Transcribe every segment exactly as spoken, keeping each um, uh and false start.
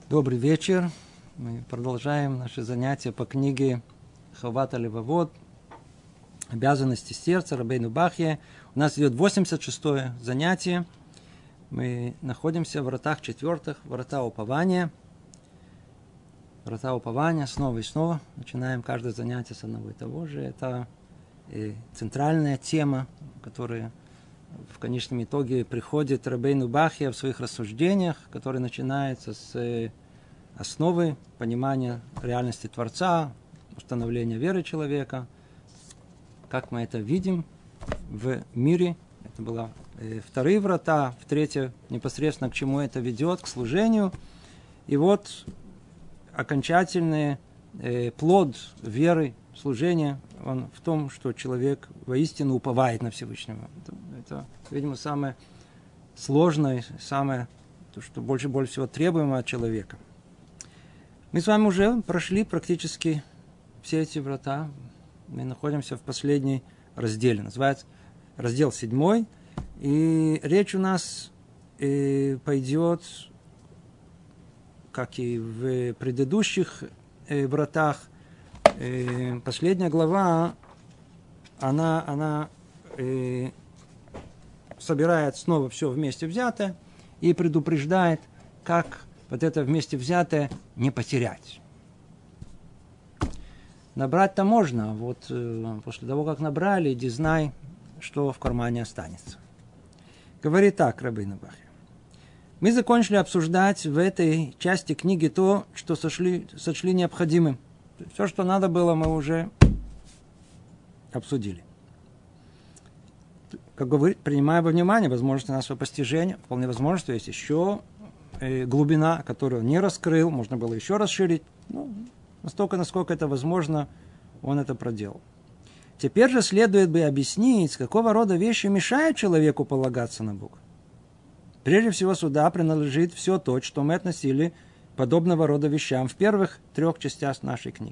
Добрый вечер. Мы продолжаем наши занятия по книге Хават Алевавот «Обязанности сердца» Рабейну Бахья. У нас идет восемьдесят шестое занятие. Мы находимся в вратах четвертых, врата упования. Врата упования снова и снова. Начинаем каждое занятие с одного и того же. Это центральная тема, которая в конечном итоге приходит Рабейну Бахья в своих рассуждениях, который начинается с основы понимания реальности Творца, установления веры человека, как мы это видим в мире. Это было э, вторые врата, в третье непосредственно к чему это ведет, к служению. И вот окончательный э, плод веры, служения, он в том, что человек воистину уповает на Всевышнего. Это, это видимо, самое сложное, самое, то, что больше, больше всего требуемо от человека. Мы с вами уже прошли практически все эти врата. Мы находимся в последней разделе. Называется раздел седьмой. И речь у нас э, пойдет, как и в предыдущих э, вратах, э, последняя глава, она, она э, собирает снова все вместе взятое и предупреждает, как вот это вместе взятое не потерять. Набрать-то можно, а вот э, после того, как набрали, иди знай, что в кармане останется. Говорит так Рабейну Бахья. Мы закончили обсуждать в этой части книги то, что сошли, сочли необходимым. Все, что надо было, мы уже обсудили. Как говорит, принимая во внимание возможности нашего постижения, вполне возможно, что есть еще э, глубина, которую он не раскрыл, можно было еще расширить. Ну, настолько, насколько это возможно, он это проделал. Теперь же следует бы объяснить, какого рода вещи мешают человеку полагаться на Бога. Прежде всего, сюда принадлежит все то, что мы относили подобного рода вещам в первых трех частях нашей книги.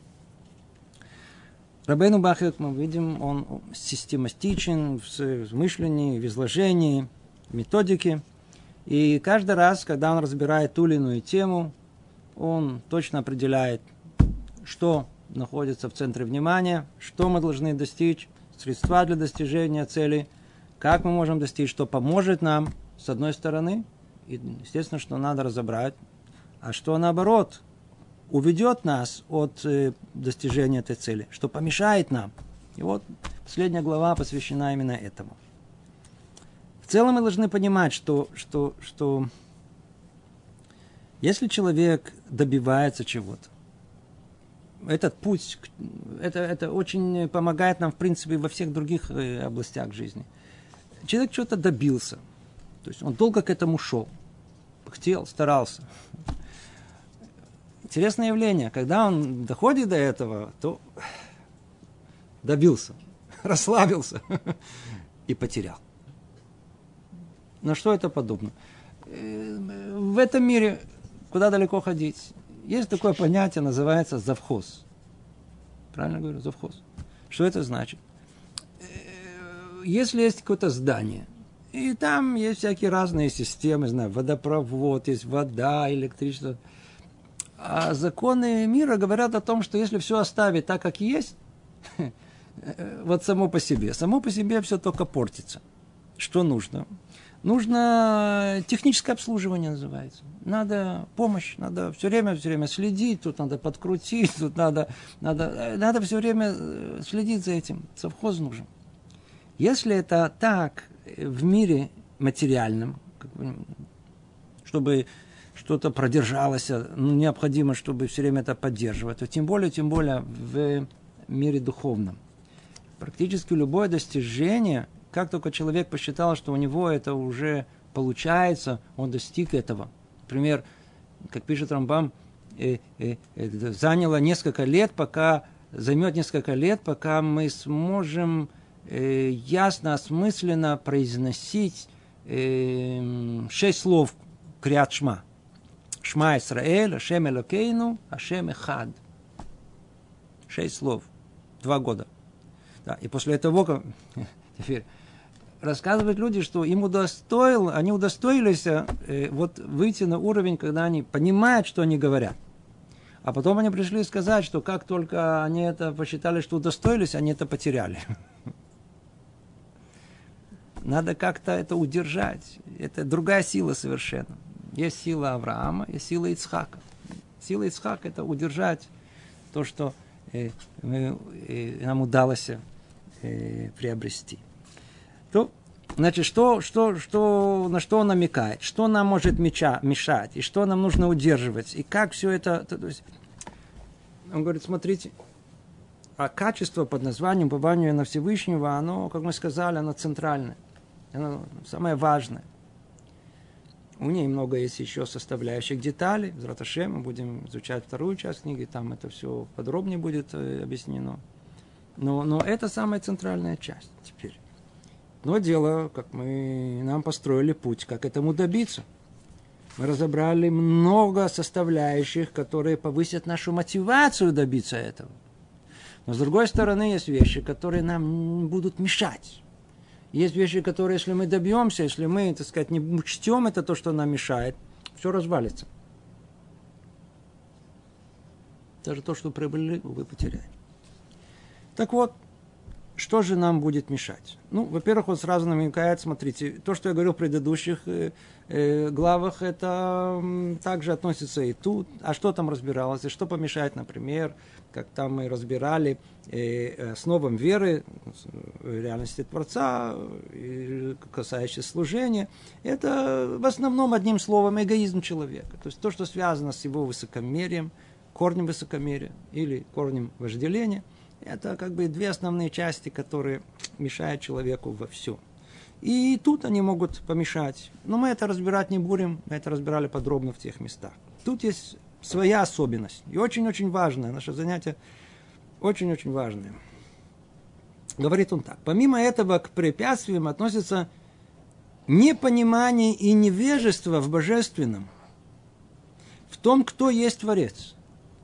Рабейну Бахья, как мы видим, он систематичен в мышлении, в изложении, в методике. И каждый раз, когда он разбирает ту или иную тему, он точно определяет, что находится в центре внимания, что мы должны достичь, средства для достижения цели, как мы можем достичь, что поможет нам, с одной стороны, и, естественно, что надо разобрать, а что, наоборот, уведет нас от э, достижения этой цели, что помешает нам. И вот последняя глава посвящена именно этому. В целом мы должны понимать, что, что, что если человек добивается чего-то, этот путь, это, это очень помогает нам, в принципе, во всех других э, областях жизни. Человек чего-то добился, то есть он долго к этому шел, хотел, старался. Интересное явление. Когда он доходит до этого, то добился, расслабился и потерял. На что это подобно? В этом мире куда далеко ходить? Есть такое понятие, называется завхоз. Правильно говорю? Завхоз. Что это значит? Если есть какое-то здание, и там есть всякие разные системы, знаю, водопровод, есть вода, электричество. А законы мира говорят о том, что если все оставить так, как есть, вот само по себе, само по себе все только портится. Что нужно? Нужно техническое обслуживание, называется. Надо помощь, надо все время, все время следить, тут надо подкрутить, тут надо, надо, надо все время следить за этим. Совхоз нужен. Если это так в мире материальном, чтобы что-то продержалось, ну, необходимо, чтобы все время это поддерживать, то тем более, тем более в мире духовном. Практически любое достижение, как только человек посчитал, что у него это уже получается, он достиг этого. Например, как пишет Рамбам, э, э, э, заняло несколько лет, пока займет несколько лет, пока мы сможем э, ясно, осмысленно произносить э, шесть слов Криат Шма. Шма Исраэль, Ашем Элокейну, Ашем Эхад. Шесть слов. Два года. Да, и после этого, теперь, рассказывают люди, что им удостоил, они удостоились э, вот выйти на уровень, когда они понимают, что они говорят. А потом они пришли сказать, что как только они это посчитали, что удостоились, они это потеряли. Надо как-то это удержать. Это другая сила совершенно. Есть сила Авраама, есть сила Ицхака. Сила Ицхака – это удержать то, что э, мы, э, нам удалось э, приобрести. То, значит, что, что, что, на что он намекает? Что нам может меча, мешать? И что нам нужно удерживать? И как все это... То, то есть, он говорит, смотрите, а качество под названием упования на Всевышнего, оно, как мы сказали, оно центральное. Оно самое важное. У нее много есть еще составляющих деталей. В Раташе мы будем изучать вторую часть книги, там это все подробнее будет объяснено. Но, но это самая центральная часть теперь. Но дело, как мы нам построили путь, как этому добиться. Мы разобрали много составляющих, которые повысят нашу мотивацию добиться этого. Но с другой стороны, есть вещи, которые нам будут мешать. Есть вещи, которые, если мы добьемся, если мы, так сказать, не учтем это то, что нам мешает, все развалится. Даже то, что приобрели, вы потеряете. Так вот, что же нам будет мешать? Ну, во-первых, он сразу намекает, смотрите, то, что я говорил в предыдущих э, э, главах, это э, также относится и тут. А что там разбиралось? И что помешает, например, как там мы разбирали э, основам веры, реальности Творца, э, касающейся служения. Это в основном, одним словом, эгоизм человека. То есть то, что связано с его высокомерием, корнем высокомерия или корнем вожделения. Это как бы две основные части, которые мешают человеку во всем. И тут они могут помешать. Но мы это разбирать не будем. Мы это разбирали подробно в тех местах. Тут есть своя особенность. И очень-очень важная. Наше занятие очень-очень важное. Говорит он так. Помимо этого к препятствиям относится непонимание и невежество в божественном. В том, кто есть Творец.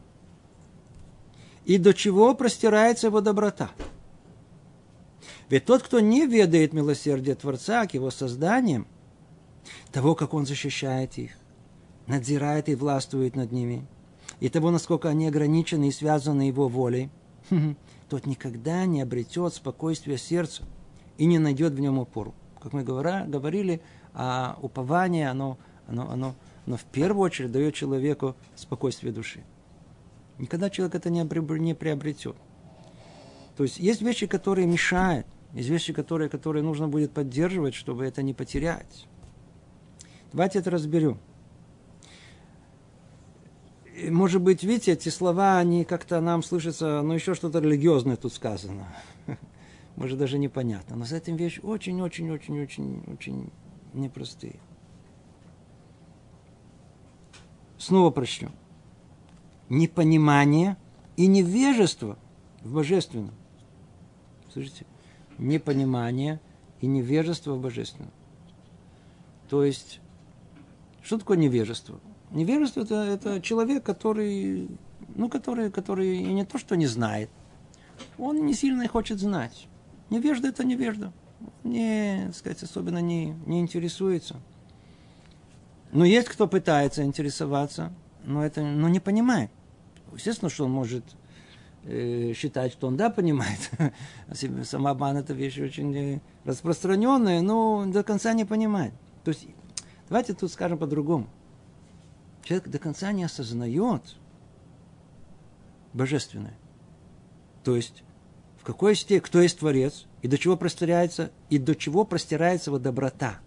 И до чего простирается его доброта. Ведь тот, кто не ведает милосердия Творца к его созданиям, того, как он защищает их, надзирает и властвует над ними, и того, насколько они ограничены и связаны его волей, тот никогда не обретет спокойствие сердца и не найдет в нем опору. Как мы говорили, а упование, оно, оно, оно, оно в первую очередь дает человеку спокойствие души. Никогда человек это не приобретет. То есть есть вещи, которые мешают, есть вещи, которые, которые нужно будет поддерживать, чтобы это не потерять. Давайте это разберем. Может быть, видите, эти слова, они как-то нам слышатся, ну, еще что-то религиозное тут сказано. Может, даже непонятно. Но с этим вещи очень-очень-очень-очень-очень непростые. Снова прочтем. Непонимание и невежество в божественном. Слышите? Непонимание и невежество в божественном. То есть, что такое невежество? Невежество это, это человек, который, ну, который, который и не то, что не знает, он не сильно хочет знать. Невежда это невежда. Не, так сказать, особенно не, не интересуется. Но есть кто пытается интересоваться, но это, но не понимает. Естественно, что он может э, считать, что он да понимает. Самообман – это вещь очень распространенная, но до конца не понимает. То есть, давайте тут скажем по-другому. Человек до конца не осознает божественное. То есть, в какой степени, кто есть Творец, и до чего простирается, и до чего простирается его доброта.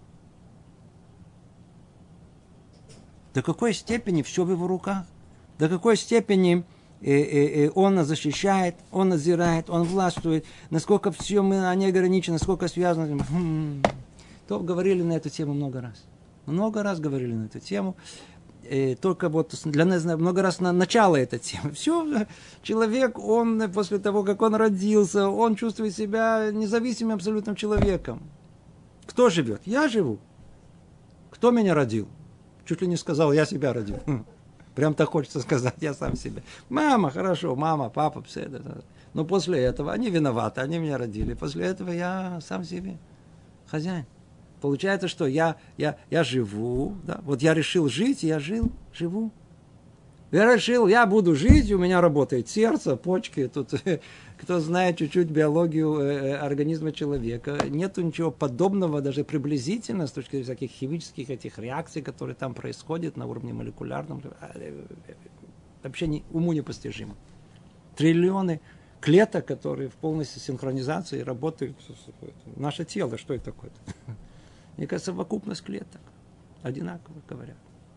До какой степени все в его руках. До какой степени э, э, э, он нас защищает, он надзирает, он властвует, насколько все мы они ограничены, насколько связаны. Хм. То говорили на эту тему много раз. Много раз говорили на эту тему. Э, только вот для нас много раз на начало этой темы. Все, человек, он после того, как он родился, он чувствует себя независимым абсолютным человеком. Кто живет? Я живу. Кто меня родил? Чуть ли не сказал, я себя родил. Прям так хочется сказать, я сам себя. Мама, хорошо, мама, папа, все это. Но после этого они виноваты, они меня родили. После этого я сам себе. Хозяин. Получается, что я, я, я живу, да? Вот я решил жить, я жил, живу. Я решил, я буду жить, у меня работает сердце, почки. Тут, кто знает чуть-чуть биологию организма человека, нету ничего подобного, даже приблизительно, с точки зрения всяких химических этих реакций, которые там происходят на уровне молекулярном. Вообще не, уму непостижимо. Триллионы клеток, которые в полной синхронизации работают. Наше тело, что это такое-то? Некая совокупность клеток. Одинаково говорят.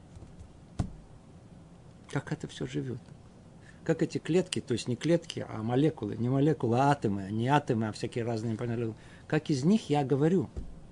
Как это все живет? Как эти клетки, то есть не клетки, а молекулы, не молекулы, а атомы, не атомы, а всякие разные молекулы. Как из них я говорю?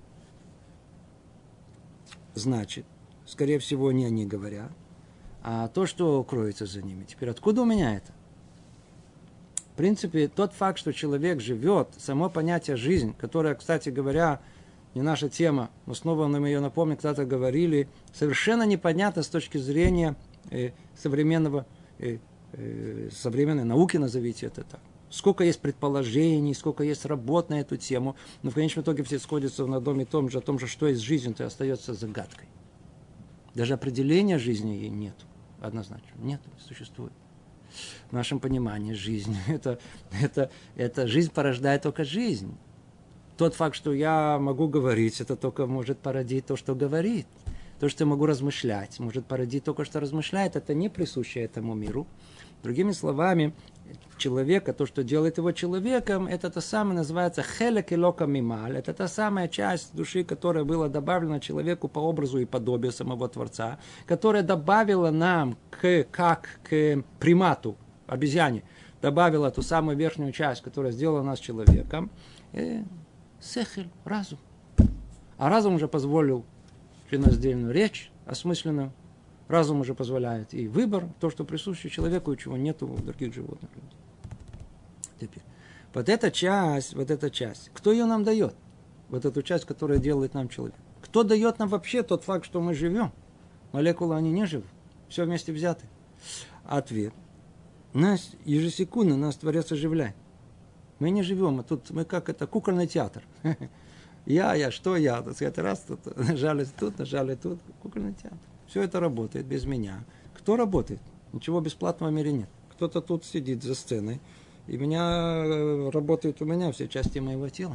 Значит, скорее всего, не они говорят, а то, что кроется за ними. Теперь откуда у меня это? В принципе, тот факт, что человек живет, само понятие жизнь, которое, кстати говоря, не наша тема, но снова нам ее напомню, когда-то говорили, совершенно непонятно с точки зрения э, современного, э, э, современной науки, назовите это так. Сколько есть предположений, сколько есть работ на эту тему, но в конечном итоге все сходятся на одном и том же, о том же, что есть жизнь, то остается загадкой. Даже определения жизни ей нет, однозначно, нет, не существует. В нашем понимании жизнь, это, это, это жизнь порождает только жизнь. Тот факт, что я могу говорить, это только может породить то, что говорит. То, что я могу размышлять, может породить только, что размышляет, это не присуще этому миру. Другими словами, человека, то, что делает его человеком, это то самое называется хелек элока мималь. Это та самая часть души, которая была добавлена человеку по образу и подобию самого Творца, которая добавила нам, к, как к примату, обезьяне, добавила ту самую верхнюю часть, которая сделала нас человеком, э, сехель, разум. А разум уже позволил членораздельную речь, осмысленную. Разум уже позволяет и выбор, то, что присуще человеку, и чего нет у других животных. Теперь, вот эта часть, вот эта часть, кто ее нам дает? Вот эту часть, которая делает нам человек. Кто дает нам вообще тот факт, что мы живем? Молекулы, они не живы. Все вместе взяты. Ответ. Нас ежесекундно нас Творец оживляет. Мы не живем, а тут мы как это, кукольный театр. Я, я, что я? Так сказать, раз тут, нажали тут, нажали тут, кукольный театр. Все это работает без меня. Кто работает? Ничего бесплатного в мире нет. Кто-то тут сидит за сценой, и меня работает у меня все части моего тела.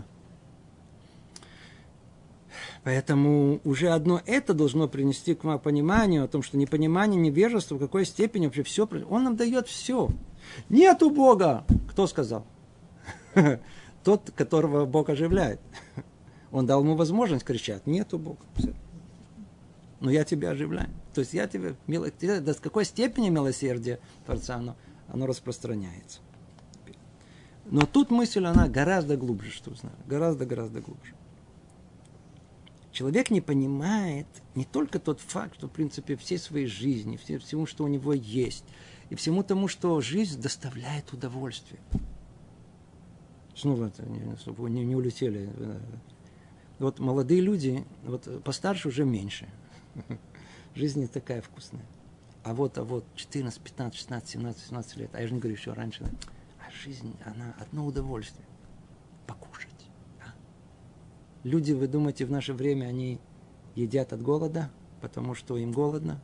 Поэтому уже одно это должно принести к пониманию о том, что непонимание, невежество, в какой степени вообще все. Он нам дает все. Нету Бога! Кто сказал? Тот, которого Бог оживляет. Он дал ему возможность кричать. Нету Бога. Все. Но я тебя оживляю. То есть я тебя... До какой степени милосердия Творца оно, оно распространяется. Но тут мысль, она гораздо глубже, что знаю. Гораздо-гораздо глубже. Человек не понимает не только тот факт, что, в принципе, всей своей жизни, всему, что у него есть, и всему тому, что жизнь доставляет удовольствие. Снова это, чтобы не, не улетели. Вот молодые люди, вот постарше уже меньше. Жизнь не такая вкусная. А вот, а вот четырнадцать, пятнадцать, шестнадцать, семнадцать, семнадцать лет, а я же не говорю еще раньше, а жизнь, она одно удовольствие. Покушать. Да? Люди, вы думаете, в наше время они едят от голода, потому что им голодно?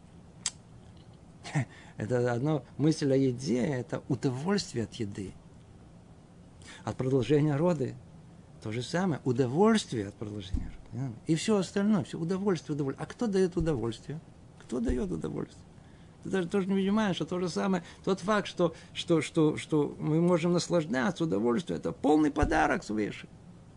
Это одно, мысль о еде, это удовольствие от еды. От продолжения рода то же самое. Удовольствие от продолжения рода. И все остальное, все удовольствие, удовольствие. А кто дает удовольствие? Кто дает удовольствие? Ты даже тоже не понимаешь, что то же самое, тот факт, что, что, что, что мы можем наслаждаться удовольствием, это полный подарок свыше.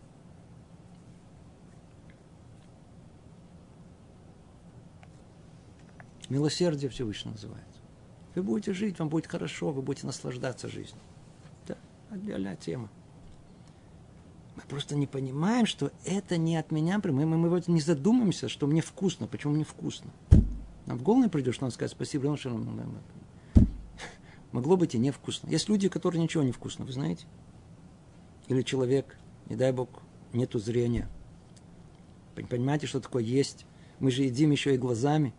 Милосердие Всевышнего называется. Вы будете жить, вам будет хорошо, вы будете наслаждаться жизнью. Это отдельная тема. Мы просто не понимаем, что это не от меня. Мы, мы, мы не задумаемся, что мне вкусно. Почему мне вкусно? Нам в голову не придет, что нам сказать спасибо. Что могло быть и невкусно. Есть люди, которые ничего не вкусно, вы знаете? Или человек, не дай Бог, нету зрения. Понимаете, что такое есть? Мы же едим еще и глазами.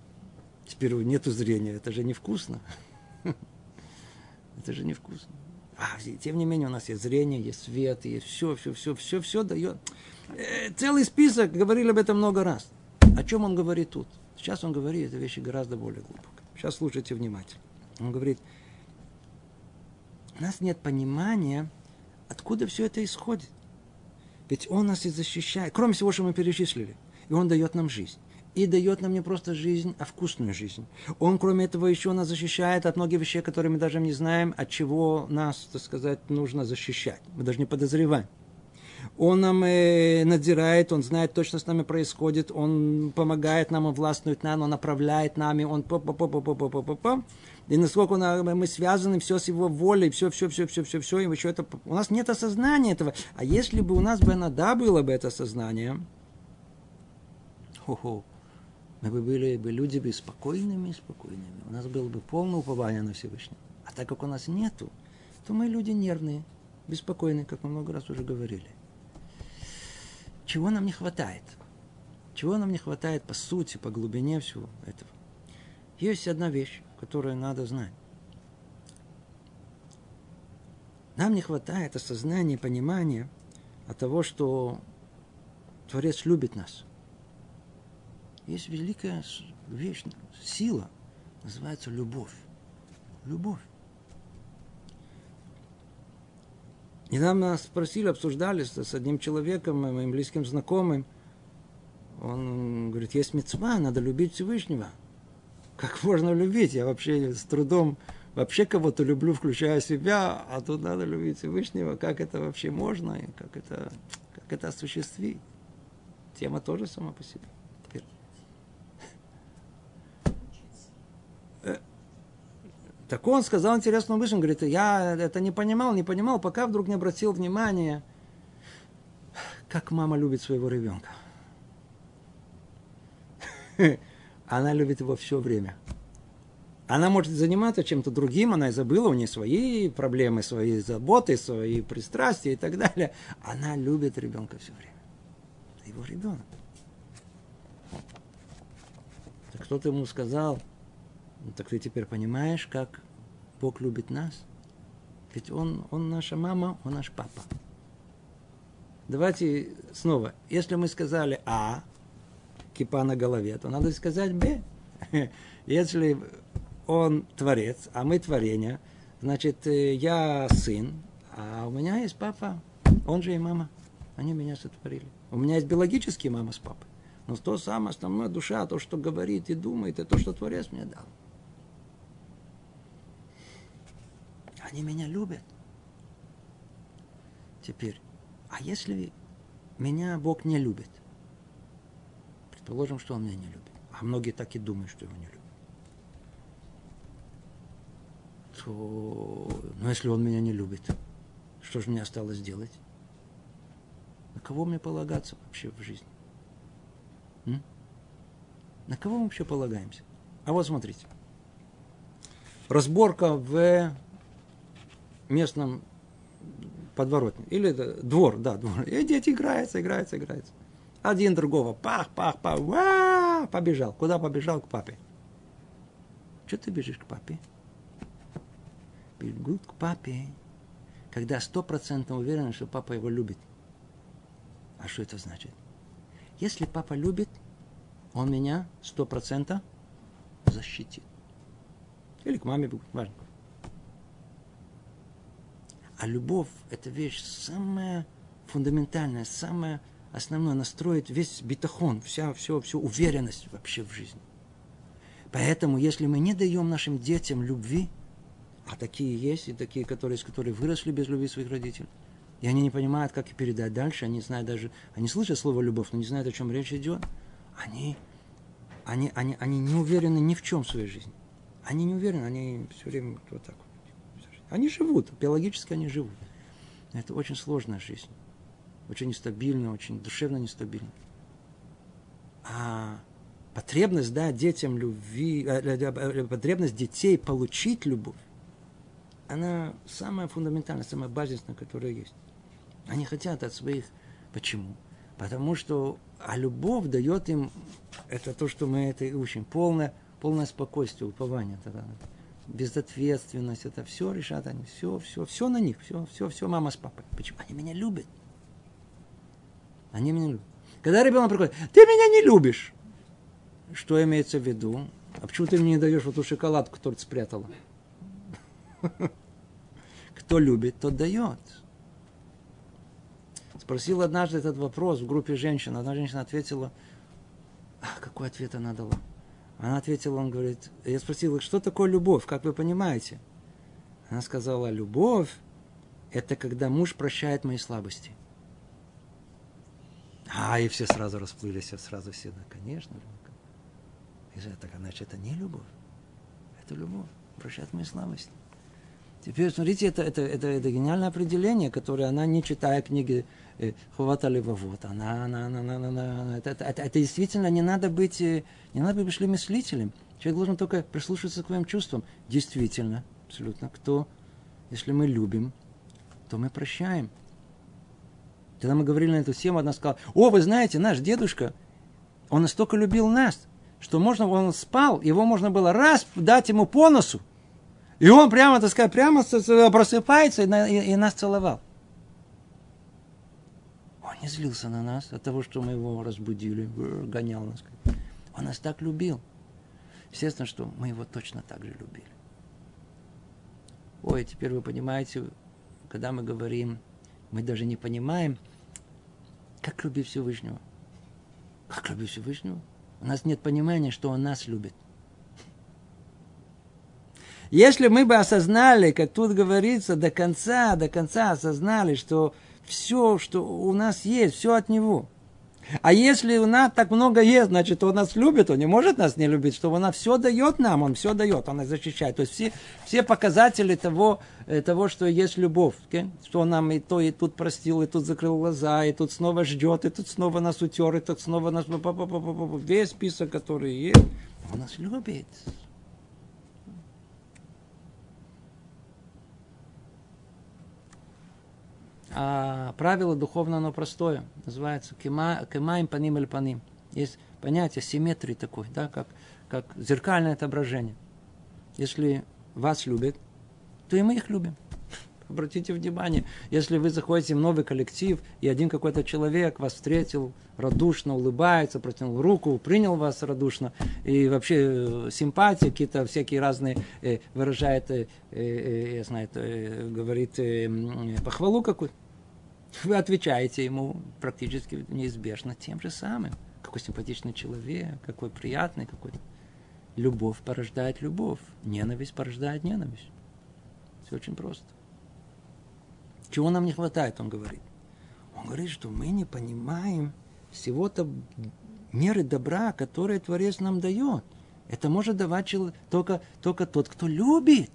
Теперь нету зрения. Это же невкусно. Это же невкусно. А тем не менее у нас есть зрение, есть свет, есть все, все, все, все, все дает. Целый список, говорили об этом много раз. О чем он говорит тут? Сейчас он говорит, это вещи гораздо более глубокие. Сейчас слушайте внимательно. Он говорит, у нас нет понимания, откуда все это исходит. Ведь он нас и защищает, кроме всего, что мы перечислили. И он дает нам жизнь. И дает нам не просто жизнь, а вкусную жизнь. Он, кроме этого, еще нас защищает от многих вещей, которые мы даже не знаем, от чего нас, так сказать, нужно защищать. Мы даже не подозреваем. Он нам э, надзирает, он знает точно, что с нами происходит, он помогает нам, он властвует нам, он направляет нами, он по-по-по-по-по-по-по-по. И насколько он, мы связаны, все с его волей, все, все, все, все, все, все, и еще это, у нас нет осознания этого. А если бы у нас бы иногда было бы это осознание, хо-хо, мы бы были бы люди бы спокойными, спокойными. У нас было бы полное упование на Всевышнего. А так как у нас нету, то мы люди нервные, беспокойные, как мы много раз уже говорили. Чего нам не хватает? Чего нам не хватает по сути, по глубине всего этого? Есть одна вещь, которую надо знать. Нам не хватает осознания, понимания от того, что Творец любит нас. Есть великая вещь, сила, называется любовь. Любовь. Недавно спросили, обсуждали с одним человеком, моим близким знакомым. Он говорит, есть мицва, надо любить Всевышнего. Как можно любить? Я вообще с трудом вообще кого-то люблю, включая себя, а тут надо любить Всевышнего. Как это вообще можно? И как это, как это осуществить? Тема тоже сама по себе. Теперь. Так он сказал интересную мысль, он говорит, я это не понимал, не понимал, пока вдруг не обратил внимания, как мама любит своего ребенка. Она любит его все время. Она может заниматься чем-то другим, она и забыла, у нее свои проблемы, свои заботы, свои пристрастия и так далее. Она любит ребенка все время. Это его ребенок. Так кто-то ему сказал, ну, так ты теперь понимаешь, как Бог любит нас? Ведь он, он наша мама, он наш папа. Давайте снова. Если мы сказали А, кипа на голове, то надо сказать Б. Если он творец, а мы творение, значит, я сын, а у меня есть папа, он же и мама. Они меня сотворили. У меня есть биологический мама с папой. Но то самое основное душа, то, что говорит и думает, это то, что Творец мне дал. Они меня любят. Теперь, а если меня Бог не любит? Предположим, что Он меня не любит. А многие так и думают, что Его не любят. То, ну, если Он меня не любит, что же мне осталось делать? На кого мне полагаться вообще в жизни? М? На кого мы вообще полагаемся? А вот смотрите. Разборка в местном подворотне. Или это двор, да, двор. И дети играются, играются, играются. Один другого. Пах, пах, пах. Ва! Побежал. Куда побежал? К папе. Что ты бежишь к папе? Бегут к папе, когда стопроцентно уверен, что папа его любит. А что это значит? Если папа любит, он меня сто процентов защитит. Или к маме будет, важно. А любовь – это вещь самая фундаментальная, самая основная. Она строит весь битахон, вся, все, всю уверенность вообще в жизни. Поэтому, если мы не даем нашим детям любви, а такие есть, и такие, которые, которые выросли без любви своих родителей, и они не понимают, как передать дальше, они знают даже, они слышат слово «любовь», но не знают, о чем речь идет, они, они, они, они не уверены ни в чем в своей жизни. Они не уверены, они все время вот так вот. Они живут, биологически они живут. Это очень сложная жизнь. Очень нестабильная, очень душевно нестабильная. А потребность дать детям любви, потребность детей получить любовь, она самая фундаментальная, самая базисная, которая есть. Они хотят от своих... Почему? Потому что а любовь дает им, это то, что мы это и учим, полное, полное спокойствие, упование. безответственность, это все решат они, все, все, все на них, все, все, все мама с папой. Почему? Они меня любят. Они меня любят. Когда ребенок приходит, ты меня не любишь. Что имеется в виду? А почему ты мне не даешь вот ту шоколадку, которую ты спрятала? Кто любит, тот дает. Спросил однажды этот вопрос в группе женщин. Одна женщина ответила, а, какой ответ она дала? Она ответила, он говорит, я спросил, что такое любовь, как вы понимаете? Она сказала, любовь – это когда муж прощает мои слабости. А, и все сразу расплылись, все сразу все, да, конечно. Так, значит, это не любовь, это любовь, прощает мои слабости. Теперь, смотрите, это, это, это, это гениальное определение, которое она, не читая книги э, Ховата Левавот, она, она, она, она, она, она это, это, это, это действительно не надо быть, не надо быть мыслителем. Человек должен только прислушиваться к своим чувствам. Действительно, абсолютно, кто, если мы любим, то мы прощаем. Когда мы говорили на эту тему, одна сказала, о, вы знаете, наш дедушка, он настолько любил нас, что можно, он спал, его можно было раз дать ему по носу, и он прямо, так сказать, прямо просыпается и, и, и нас целовал. Он не злился на нас от того, что мы его разбудили, гонял нас. Он нас так любил. Естественно, что мы его точно так же любили. Ой, теперь вы понимаете, когда мы говорим, мы даже не понимаем, как любить Всевышнего. Как любить Всевышнего? У нас нет понимания, что он нас любит. Если мы бы осознали, как тут говорится, до конца, до конца осознали, что все, что у нас есть, все от него. А если у нас так много есть, значит, он нас любит, он не может нас не любить, что он все дает нам, он все дает, он нас защищает. То есть все, все показатели того, того, что есть любовь, okay? Что он нам и то, и тут простил, и тут закрыл глаза, и тут снова ждет, и тут снова нас утер, и тут снова нас... Весь список, который есть, он нас любит. А правило духовное, оно простое. Называется кемаим паним эль паним. Есть понятие симметрии такой, да, как, как зеркальное отображение. Если вас любят, то и мы их любим. Обратите внимание, если вы заходите в новый коллектив, и один какой-то человек вас встретил радушно, улыбается, протянул руку, принял вас радушно, и вообще симпатии, какие-то всякие разные э, выражает, э, э, я знаю, э, говорит э, похвалу какую-то, вы отвечаете ему практически неизбежно тем же самым. Какой симпатичный человек, какой приятный, какой... Любовь порождает любовь, ненависть порождает ненависть. Все очень просто. Чего нам не хватает, он говорит? Он говорит, что мы не понимаем всего-то меры добра, которые Творец нам дает. Это может давать человек, только, только тот, кто любит.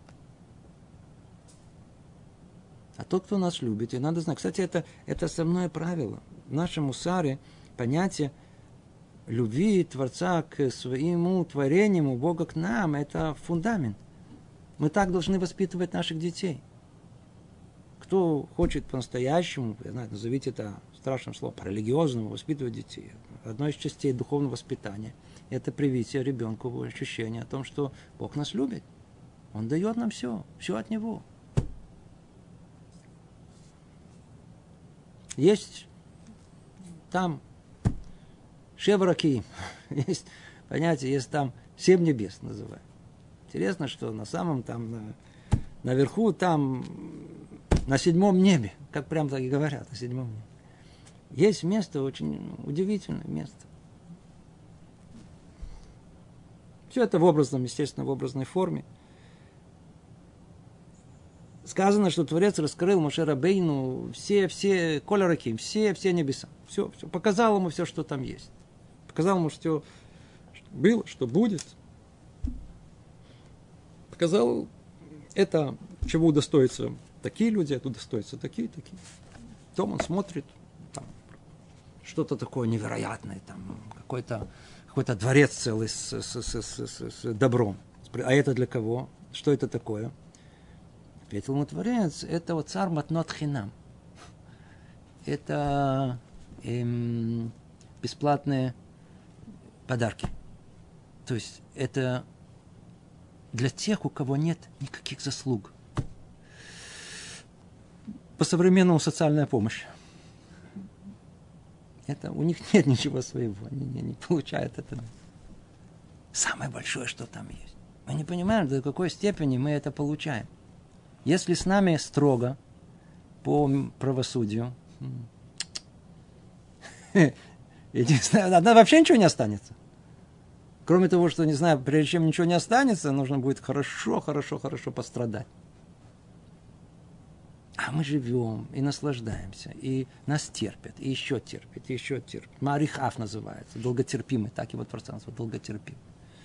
А тот, кто нас любит, и надо знать. Кстати, это, это основное правило. В нашем мусаре понятие любви Творца к своему творению, Бога к нам, это фундамент. Мы так должны воспитывать наших детей. Кто хочет по-настоящему, я знаю, назовите это страшным словом, по-религиозному воспитывать детей. Одной из частей духовного воспитания – это привитие ребенку ощущения о том, что Бог нас любит. Он дает нам все, все от Него. Есть там шевраки, есть понятие, есть там семь небес называют. Интересно, что на самом там, на, наверху, там, на седьмом небе, как прям так и говорят, на седьмом небе, есть место, очень удивительное место. Все это в образном, естественно, в образной форме. Сказано, что Творец раскрыл Моше Рабейну все, все, колораки, все, все небеса. Все, все. Показал ему все, что там есть. Показал ему, что было, что будет. Показал это, чего удостоятся такие люди, это удостоятся такие, такие. Потом он смотрит, там, что-то такое невероятное, там, какой-то, какой-то дворец целый с, с, с, с, с, с добром. А это для кого? Что это такое? Ответил ему Творец, это вот царь матнот хинам. Это эм, бесплатные подарки. То есть это для тех, у кого нет никаких заслуг. По-современному социальная помощь. Это, у них нет ничего своего, они не, не получают это. Самое большое, что там есть. Мы не понимаем, до какой степени мы это получаем. Если с нами строго по правосудию, вообще ничего не останется. Кроме того, что, не знаю, прежде чем ничего не останется, нужно будет хорошо, хорошо, хорошо пострадать. А мы живем и наслаждаемся, и нас терпят, и еще терпят, и еще терпят. Марихав называется, долготерпимый, так его Творец назвал, долготерпимый.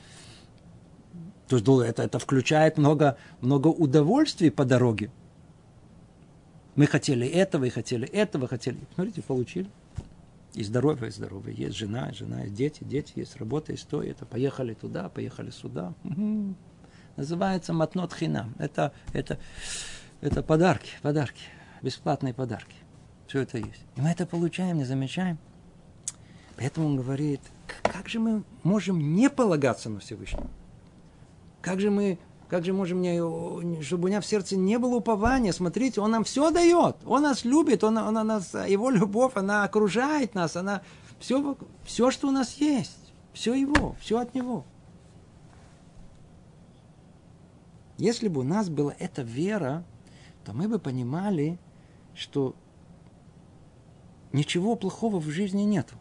То есть это, это включает много, много удовольствий по дороге. Мы хотели этого, и хотели этого, хотели. Смотрите, получили. И здоровье, и здоровье. Есть жена, жена, есть дети, дети, есть работа, есть то, это. Поехали туда, поехали сюда. Угу. Называется матнот хинам. Это, это, это подарки, подарки, бесплатные подарки. Все это есть. И мы это получаем, не замечаем. Поэтому он говорит, как же мы можем не полагаться на Всевышнего? Как же мы, как же можем, не, чтобы у меня в сердце не было упования? Смотрите, он нам все дает. Он нас любит, он, он нас, его любовь, она окружает нас, она все, все, что у нас есть, все его, все от него. Если бы у нас была эта вера, то мы бы понимали, что ничего плохого в жизни нету.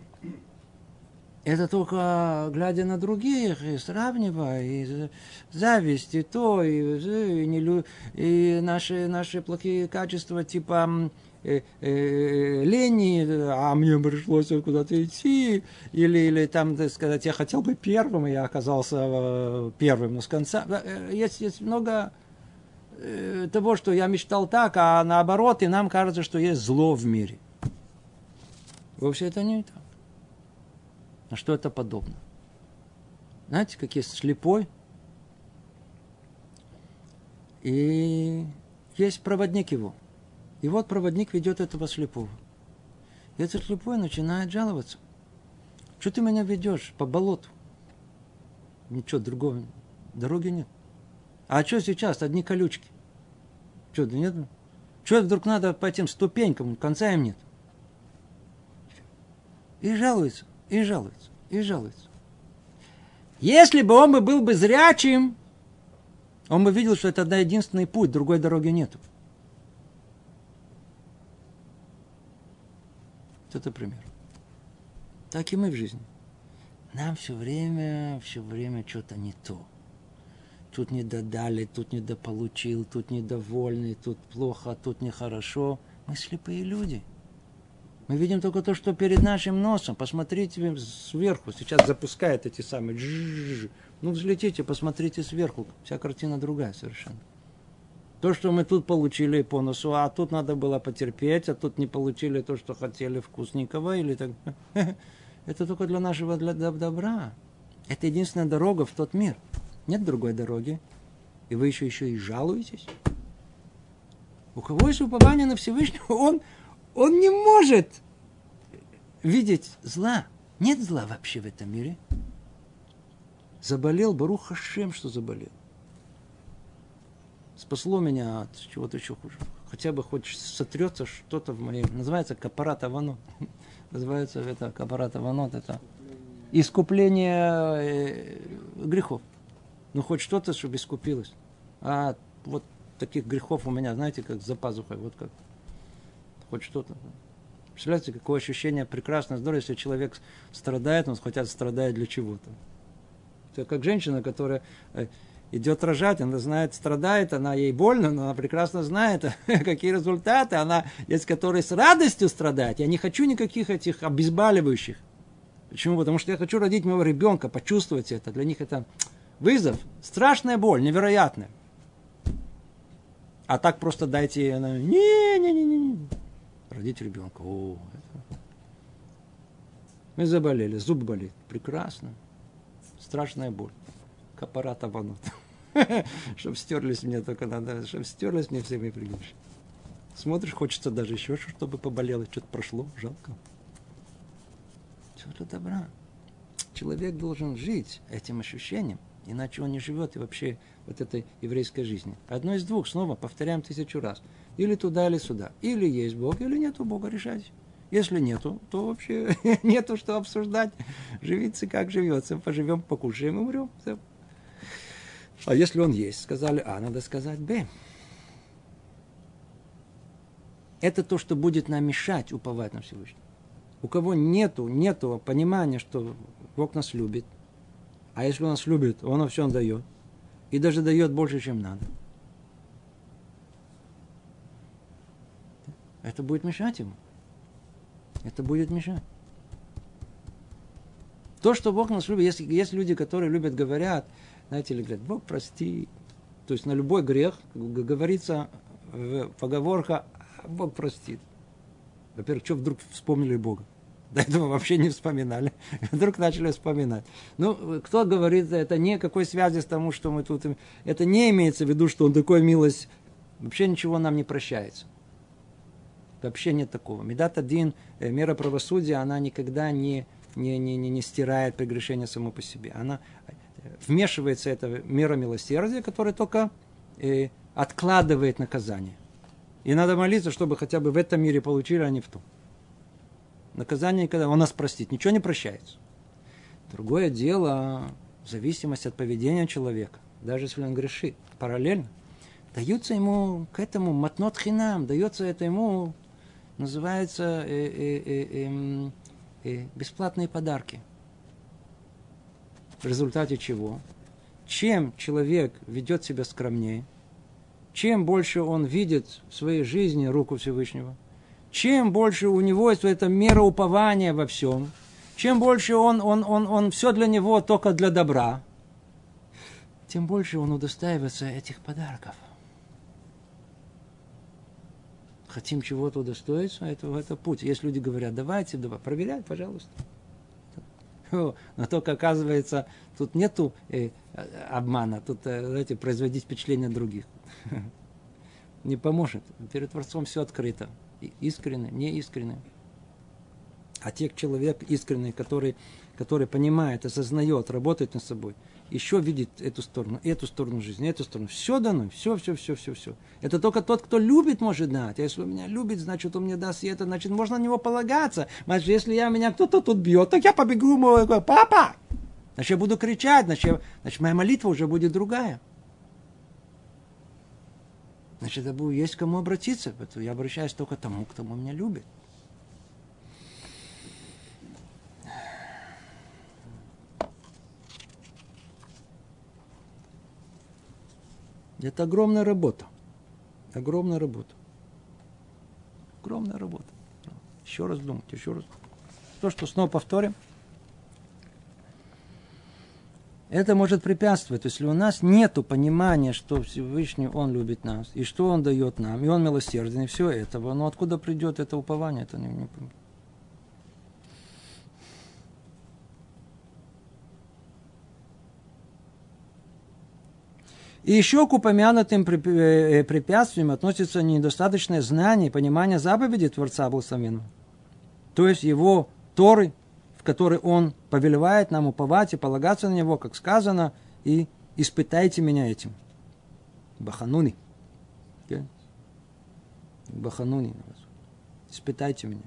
Это только глядя на других, и сравнивая, и зависть, и то, и, и, не, и наши, наши плохие качества, типа э, э, лени, а мне пришлось куда-то идти, или, или там, так сказать, я хотел быть первым, и я оказался первым, но с конца. Есть, есть много э, того, что я мечтал так, а наоборот, и нам кажется, что есть зло в мире. Вообще это не так. На что это подобно? Знаете, как есть слепой, и есть проводник его. И вот проводник ведет этого слепого. И этот слепой начинает жаловаться. Что ты меня ведешь по болоту? Ничего другого, дороги нет. А что сейчас? Одни колючки. Что, да нет? Что вдруг надо по этим ступенькам, конца им нет? И жалуется. И жалуется, и жалуется. Если бы он был бы зрячим, он бы видел, что это один единственный путь, другой дороги нету. Это пример. Так и мы в жизни. Нам все время, все время что-то не то. Тут не додали, тут не дополучил, тут недовольный, тут плохо, тут нехорошо. Мы слепые люди. Мы видим только то, что перед нашим носом. Посмотрите сверху. Сейчас запускает эти самые... Ну, взлетите, посмотрите сверху. Вся картина другая совершенно. То, что мы тут получили по носу, а тут надо было потерпеть, а тут не получили то, что хотели вкусненького. Или так... Это только для нашего для добра. Это единственная дорога в тот мир. Нет другой дороги. И вы еще, еще и жалуетесь. У кого есть упование на Всевышнего, он... Он не может видеть зла. Нет зла вообще в этом мире. Заболел, Барух Хашем, что заболел. Спасло меня от чего-то еще хуже. Хотя бы хоть сотрется что-то в моем... Называется капарат аванот. Называется это капарат аванот. Это искупление грехов. Ну, хоть что-то, чтобы искупилось. А вот таких грехов у меня, знаете, как за пазухой. Вот как. Хоть что-то. Представляете, какое ощущение прекрасное, здорово, если человек страдает, он хотя бы страдает для чего-то. Это как женщина, которая идет рожать, она знает, страдает, она ей больно, но она прекрасно знает, какие результаты. Она есть, которые с радостью страдает. Я не хочу никаких этих обезболивающих. Почему? Потому что я хочу родить моего ребенка, почувствовать это. Для них это вызов, страшная боль, невероятная. А так просто дайте, она, не-не-не-не. Родить ребенка. О, это... Мы заболели, зуб болит. Прекрасно. Страшная боль. Капарат аванот. Чтоб стерлись мне только надо. Чтоб стерлись мне все мои приглашения. Смотришь, хочется даже еще, чтобы поболело. Что-то прошло, жалко. Все для добра. Человек должен жить этим ощущением. Иначе он не живет и вообще вот этой еврейской жизни. Одно из двух, снова повторяем тысячу раз. Или туда, или сюда. Или есть Бог, или нету Бога, решайте. Если нету, то вообще нету что обсуждать. Живите как живется. Поживем, покушаем, умрем. Все. А если он есть, сказали А, надо сказать Б. Это то, что будет нам мешать уповать на Всевышнего. У кого нету, нету понимания, что Бог нас любит, а если он нас любит, он все дает, и даже дает больше, чем надо, это будет мешать ему. Это будет мешать. То, что Бог нас любит, есть, есть люди, которые любят, говорят, знаете, или говорят, Бог прости. То есть на любой грех, говорится в поговорках, Бог простит. Во-первых, что вдруг вспомнили Бога? До этого вообще не вспоминали. Вдруг начали вспоминать. Ну, кто говорит, это никакой связи с тому, что мы тут... Это не имеется в виду, что он такой милость. Вообще ничего нам не прощается. Вообще нет такого. Медат один, мера правосудия, она никогда не, не, не, не, не стирает прегрешение само по себе. Она вмешивается, это мера милосердия, которая только э, откладывает наказание. И надо молиться, чтобы хотя бы в этом мире получили, а не в том. Наказание, когда он нас простит, ничего не прощается. Другое дело, зависимость от поведения человека, даже если он грешит, параллельно, даются ему к этому матнот хинам, дается это ему, называется, э, э, э, э, э, бесплатные подарки. В результате чего? Чем человек ведет себя скромнее, чем больше он видит в своей жизни руку Всевышнего, чем больше у него есть эта мера упования во всем, чем больше он, он, он, он все для него только для добра, тем больше он удостаивается этих подарков. Хотим чего-то удостоиться, это, это путь. Есть люди говорят, давайте, давай, проверяй, пожалуйста. Но только оказывается, тут нету э, обмана, тут, э, знаете, производить впечатление других. Не поможет. Перед Творцом все открыто. Искренне, неискренне. А те человек искренний, который, который понимает, осознает, работает над собой, еще видит эту сторону, эту сторону жизни, эту сторону. Все дано, все, все, все, все, все. Это только тот, кто любит, может дать. А если он меня любит, значит, он мне даст и это, значит, можно на него полагаться. Значит, если я, меня кто-то тут бьет, так я побегу, мой, папа! Значит, я буду кричать, значит, значит, моя молитва уже будет другая. Значит, это будет, есть к кому обратиться. Я обращаюсь только к тому, кто меня любит. Это огромная работа. Огромная работа. Огромная работа. Еще раз думать, еще раз. То, что снова повторим. Это может препятствовать. Если у нас нет понимания, что Всевышний, Он любит нас, и что Он дает нам, и Он милосерден, и все этого, но откуда придет это упование, это не, не помню. И еще к упомянутым препятствиям относится недостаточное знание и понимание заповедей Творца Благословенного. То есть его Торы, в которой он повелевает нам уповать и полагаться на него, как сказано, и испытайте меня этим. Бахануни. Okay? Бахануни. Испытайте меня.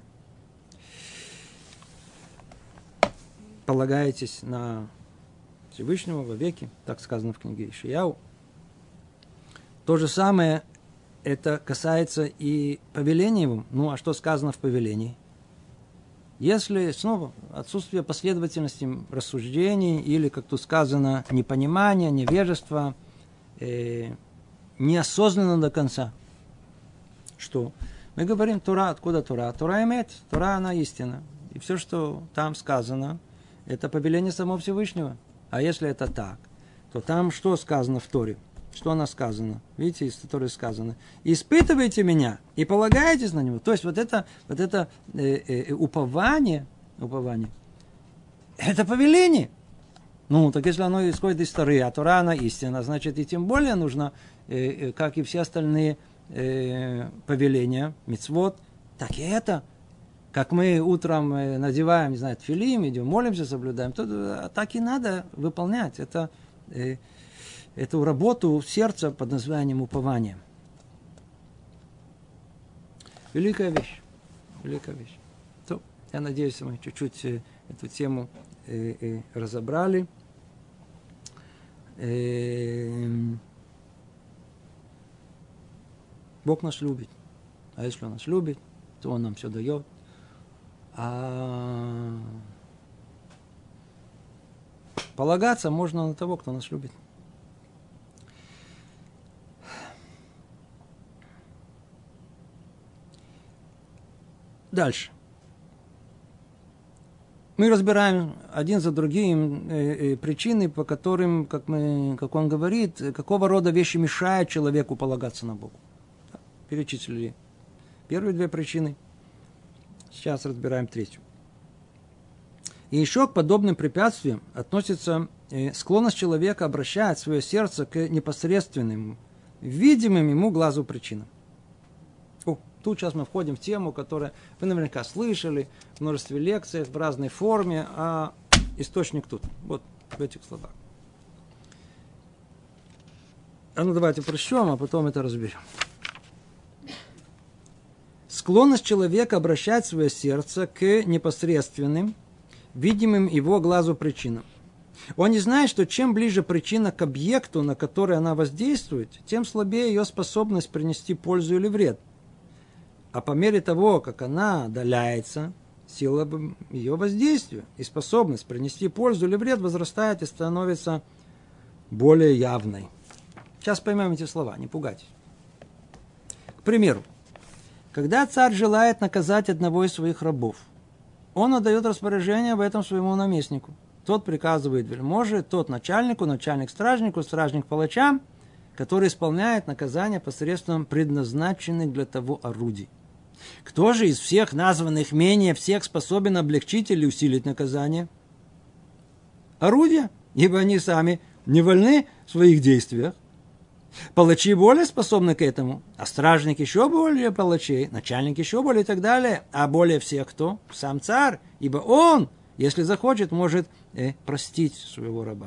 Полагаетесь на Всевышнего вовеки, так сказано в книге Ишаяу. То же самое это касается и повеления его. Ну, а что сказано в повелении? Если, снова, отсутствие последовательности рассуждений или, как тут сказано, непонимание, невежество, э, неосознанно до конца. Что? Мы говорим Тора, откуда Тора? Тора имеет, Тора она истина. И все, что там сказано, это повеление самого Всевышнего. А если это так, то там что сказано в Торе? Что она сказано? Видите, из которой сказано. Испытывайте меня и полагайтесь на него. То есть вот это, вот это э, э, упование, упование, это повеление. Ну, так если оно исходит из Торы, а Тора она истина, значит и тем более нужно, э, э, как и все остальные э, повеления, мицвот, так и это. Как мы утром надеваем, не знаю, тфилим, идем, молимся, соблюдаем, то так и надо выполнять. Это э, эту работу сердца под названием упование. Великая вещь. Великая вещь. То, я надеюсь, мы чуть-чуть э, эту тему э, э, разобрали. Э, Бог нас любит. А если Он нас любит, то Он нам все дает. А полагаться можно на того, кто нас любит. Дальше. Мы разбираем один за другим э, э, причины, по которым, как, мы, как он говорит, какого рода вещи мешают человеку полагаться на Бога. Перечислили первые две причины. Сейчас разбираем третью. И еще к подобным препятствиям относится э, склонность человека обращать свое сердце к непосредственным, видимым ему глазу причинам. О, тут сейчас мы входим в тему, которую вы наверняка слышали в множестве лекций в разной форме, а источник тут, вот в этих словах. А ну давайте прочтем, а потом это разберем. Склонность человека обращать свое сердце к непосредственным, видимым его глазу причинам. Он не знает, что чем ближе причина к объекту, на который она воздействует, тем слабее ее способность принести пользу или вред. А по мере того, как она отдаляется, сила ее воздействия и способность принести пользу или вред возрастает и становится более явной. Сейчас поймем эти слова, не пугайтесь. К примеру, когда царь желает наказать одного из своих рабов, он отдает распоряжение в этом своему наместнику. Тот приказывает вельможе, тот начальнику, начальник стражнику, стражник палачам, который исполняет наказание посредством предназначенных для того орудий. Кто же из всех названных менее всех способен облегчить или усилить наказание? Орудия, ибо они сами не вольны в своих действиях. Палачи более способны к этому, а стражник еще более палачей, начальник еще более и так далее. А более всех кто? Сам царь, ибо он, если захочет, может э, простить своего раба.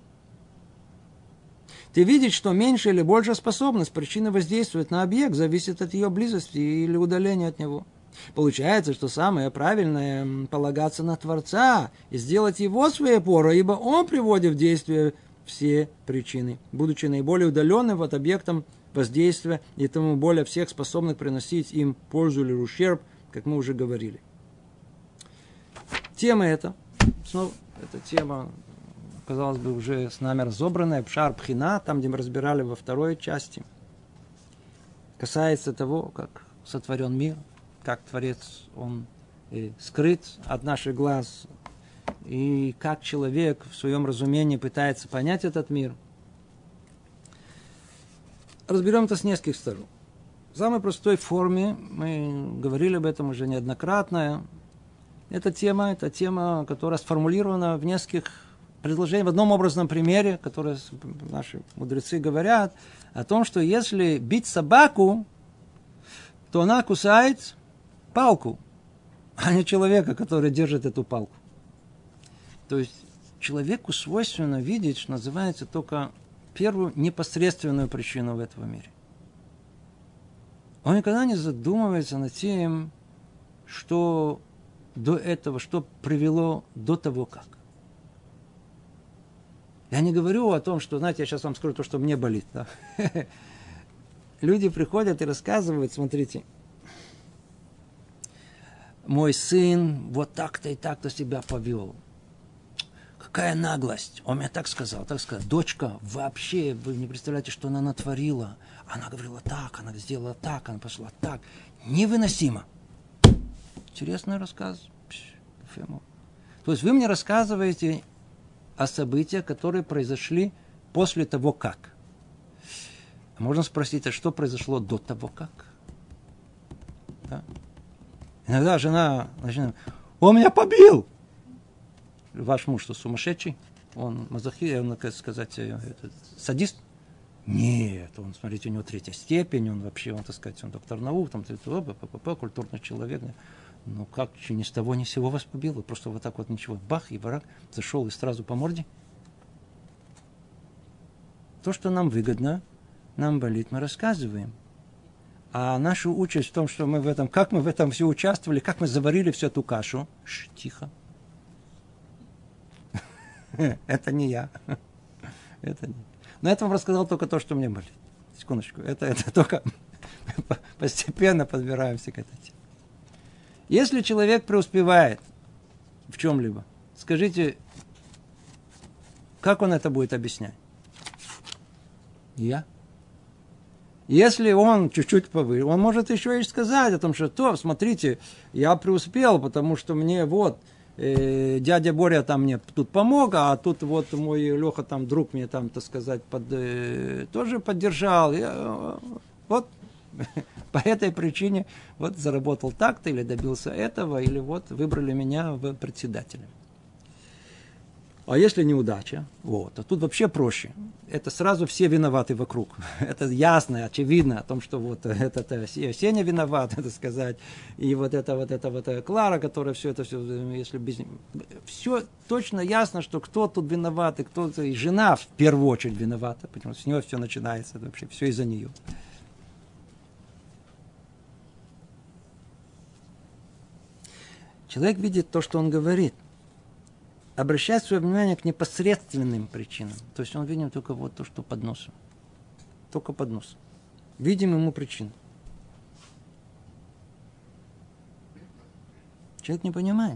Ты видишь, что меньше или большая способность причины воздействовать на объект зависит от ее близости или удаления от него. Получается, что самое правильное – полагаться на Творца и сделать его своей опорой, ибо он приводит в действие все причины, будучи наиболее удаленным от объектом воздействия и тому более всех способных приносить им пользу или ущерб, как мы уже говорили. Тема эта, снова, эта тема, казалось бы, уже с нами разобранная, Пшар Пхина, там, где мы разбирали во второй части, касается того, как сотворен мир, как Творец, он э, скрыт от наших глаз, и как человек в своем разумении пытается понять этот мир. Разберем это с нескольких сторон. В самой простой форме, мы говорили об этом уже неоднократно, эта тема, это тема, которая сформулирована в нескольких предложениях, в одном образном примере, который наши мудрецы говорят, о том, что если бить собаку, то она кусает палку, а не человека, который держит эту палку. То есть человеку свойственно видеть, что называется, только первую непосредственную причину в этом мире. Он никогда не задумывается над тем, что до этого, что привело до того, как. Я не говорю о том, что, знаете, я сейчас вам скажу то, что мне болит. Да? Люди приходят и рассказывают, смотрите, мой сын вот так-то и так-то себя повел. Какая наглость! Он мне так сказал, так сказал. Дочка, вообще, вы не представляете, что она натворила. Она говорила так, она сделала так, она пошла так. Невыносимо. Интересный рассказ. То есть вы мне рассказываете о событиях, которые произошли после того, как. Можно спросить, а что произошло до того, как? Да? Иногда жена начинает, он меня побил! Ваш муж что, сумасшедший? Он мазохист, он, как сказать, этот, садист? Нет, он, смотрите, у него третья степень, он вообще, он, так сказать, он доктор наук, там, культурный человек. Ну как, ни с того, ни с сего вас побил, просто вот так вот ничего, бах, и враг зашел и сразу по морде. То, что нам выгодно, нам болит, мы рассказываем. А наша участь в том, что мы в этом, как мы в этом все участвовали, как мы заварили всю эту кашу. Ш, тихо. Это не я. Это не. Но это вам рассказал только то, что мне болит. Секундочку. Это, это только постепенно подбираемся к этой теме. Если человек преуспевает в чем-либо, скажите, как он это будет объяснять? Я? Если он чуть-чуть повыше, он может еще и сказать о том, что то, смотрите, я преуспел, потому что мне вот э, дядя Боря там мне тут помог, а тут вот мой Леха там друг мне там, так сказать, под, э, тоже поддержал. Я, вот по этой причине вот заработал так-то или добился этого, или вот выбрали меня в председателя. А если неудача, вот, а тут вообще проще. Это сразу все виноваты вокруг. Это ясно, очевидно о том, что вот это, это Сеня виноват, это сказать, и вот это вот это вот это Клара, которая все это все, если без все точно ясно, что кто тут виноват, и кто и жена в первую очередь виновата, потому что с нее все начинается, это вообще все из-за нее. Человек видит то, что он говорит. Обращает свое внимание к непосредственным причинам. То есть он видит только вот то, что под носом. Только под носом. Видим ему причину. Человек не понимает.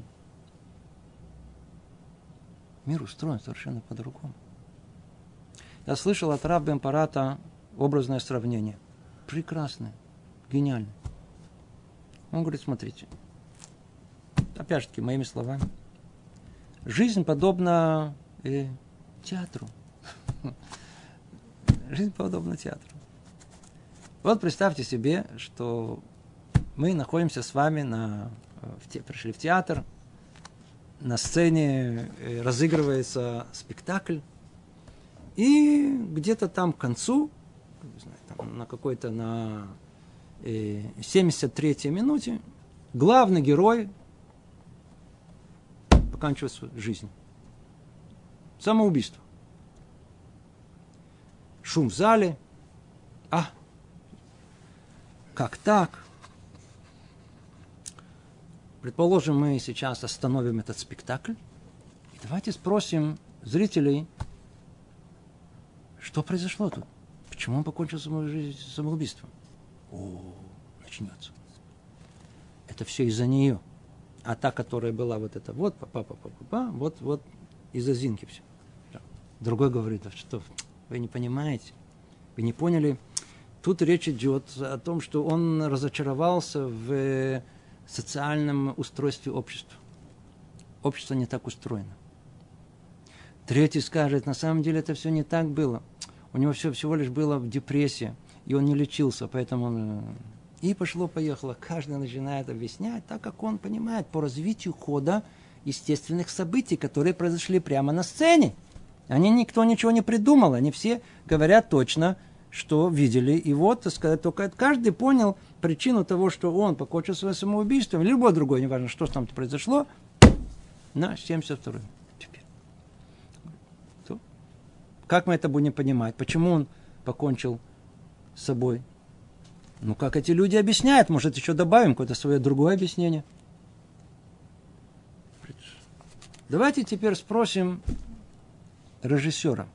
Мир устроен совершенно по-другому. Я слышал от Рав бен Парата образное сравнение. Прекрасное. Гениальное. Он говорит, смотрите. Опять же таки, моими словами. Жизнь подобна э, театру. Жизнь подобна театру. Вот представьте себе, что мы находимся с вами на, в те, пришли в театр, на сцене э, разыгрывается спектакль, и где-то там к концу, не знаю, там, на какой-то на э, семьдесят третьей минуте, главный герой поканчивает свою жизнь. Самоубийство. Шум в зале. А, как так? Предположим, мы сейчас остановим этот спектакль. И давайте спросим зрителей, что произошло тут? Почему он покончил свою жизнь самоубийством? О, начнется. Это все из-за нее. А та, которая была вот эта вот, папа, папа, папа, вот, вот из-за Зинки все. Другой говорит, что вы не понимаете, вы не поняли. Тут речь идет о том, что он разочаровался в социальном устройстве общества. Общество не так устроено. Третий скажет, на самом деле это все не так было. У него все всего лишь было в депрессии, и он не лечился, поэтому он... И пошло-поехало. Каждый начинает объяснять так, как он понимает, по развитию хода естественных событий, которые произошли прямо на сцене. Они никто ничего не придумал. Они все говорят точно, что видели. И вот, так сказать, только каждый понял причину того, что он покончил свое самоубийство, или любое другое, неважно, что там произошло, на семьдесят второй. Теперь. Как мы это будем понимать? Почему он покончил с собой? Ну, как эти люди объясняют, может, еще добавим какое-то свое другое объяснение. Давайте теперь спросим режиссера.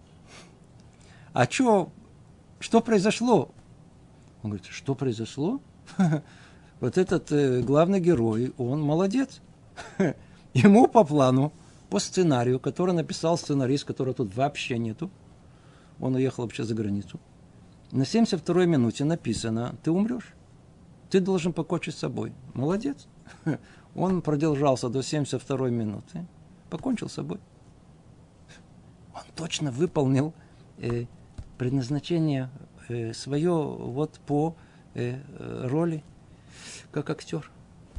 А что, что произошло? Он говорит, что произошло? Вот этот э, главный герой, он молодец. Ему по плану, по сценарию, который написал сценарист, которого тут вообще нету. Он уехал вообще за границу. На семьдесят второй минуте написано, ты умрешь. Ты должен покончить с собой. Молодец. Он продержался до семьдесят второй минуты, покончил с собой. Он точно выполнил э, предназначение э, свое вот по э, роли, как актер.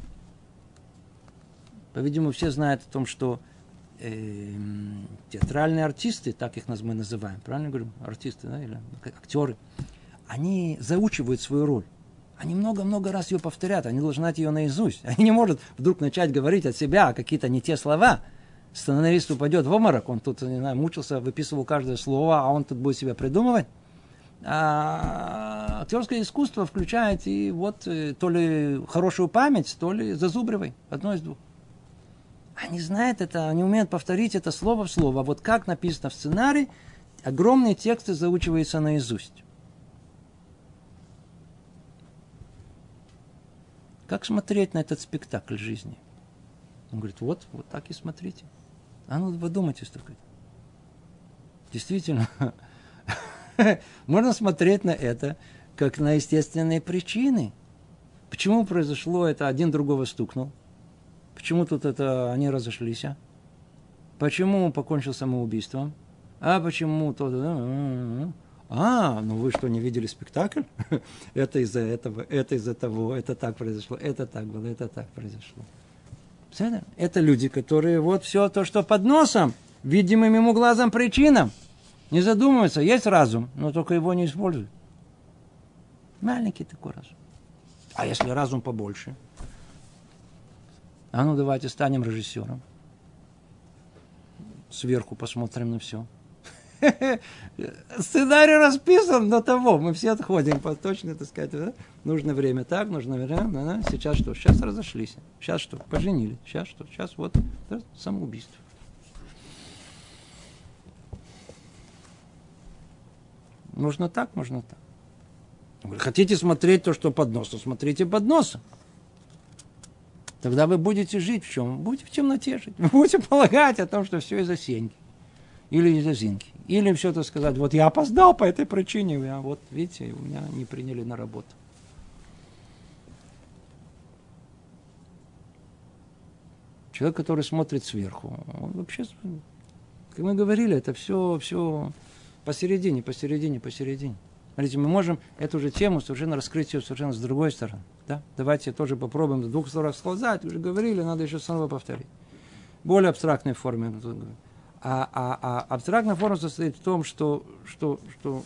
По-видимому, все знают о том, что э, театральные артисты, так их мы называем, правильно говорим? Артисты, да, или актеры, они заучивают свою роль. Они много-много раз ее повторяют, они должны знать ее наизусть. Они не могут вдруг начать говорить от себя какие-то не те слова. сценарист упадет в обморок, он тут, не знаю, мучился, выписывал каждое слово, а он тут будет себя придумывать. А актерское искусство включает и вот то ли хорошую память, то ли зазубривай, одно из двух. Они знают это, они умеют повторить это слово в слово. Вот как написано в сценарии, огромные тексты заучиваются наизусть. Как смотреть на этот спектакль жизни? Он говорит, вот, вот так и смотрите. А ну, вы думайте, что такое. Действительно, можно смотреть на это, как на естественные причины. Почему произошло это, один другого стукнул? Почему тут это они разошлись? А? Почему он покончил самоубийством? А почему то... А, ну вы что, не видели спектакль? Это из-за этого, это из-за того, это так произошло, это так было, это так произошло. Это люди, которые вот все то, что под носом, видимым ему глазом причинам, не задумываются. Есть разум, но только его не используют. Маленький такой разум. А если разум побольше? А ну давайте станем режиссером. Сверху посмотрим на все. Сценарий расписан до того. Мы все отходим по точно, так сказать. Да? Нужно время так, нужно время. Да, да. Сейчас что? Сейчас разошлись. Сейчас что? Поженили. Сейчас что? Сейчас вот да, самоубийство. Можно так, можно так. Хотите смотреть то, что под носом? Смотрите под носом. Тогда вы будете жить в чем? Будете в темноте жить. Вы будете полагать о том, что все из-за Сеньки. Или из-за Зинки. Или все-то сказать, вот я опоздал по этой причине, а вот, видите, меня не приняли на работу. Человек, который смотрит сверху, он вообще, как мы говорили, это все, все посередине, посередине, посередине. Смотрите, мы можем эту же тему совершенно раскрыть ее совершенно с другой стороны. Да? Давайте тоже попробуем с двух сторон сказать. Уже говорили, надо еще снова повторить. Более абстрактной форме. А, а, а абстрактная форма состоит в том, что, что, что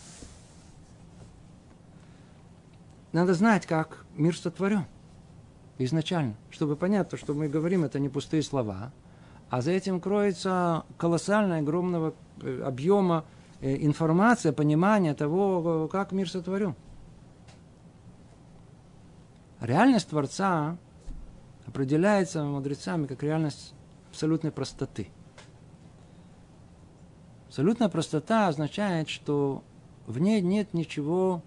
надо знать, как мир сотворен изначально. Чтобы понять, то, что мы говорим, это не пустые слова, а за этим кроется колоссальное, огромного объема информация, понимание того, как мир сотворен. Реальность Творца определяется мудрецами как реальность абсолютной простоты. Абсолютная простота означает, что в ней нет ничего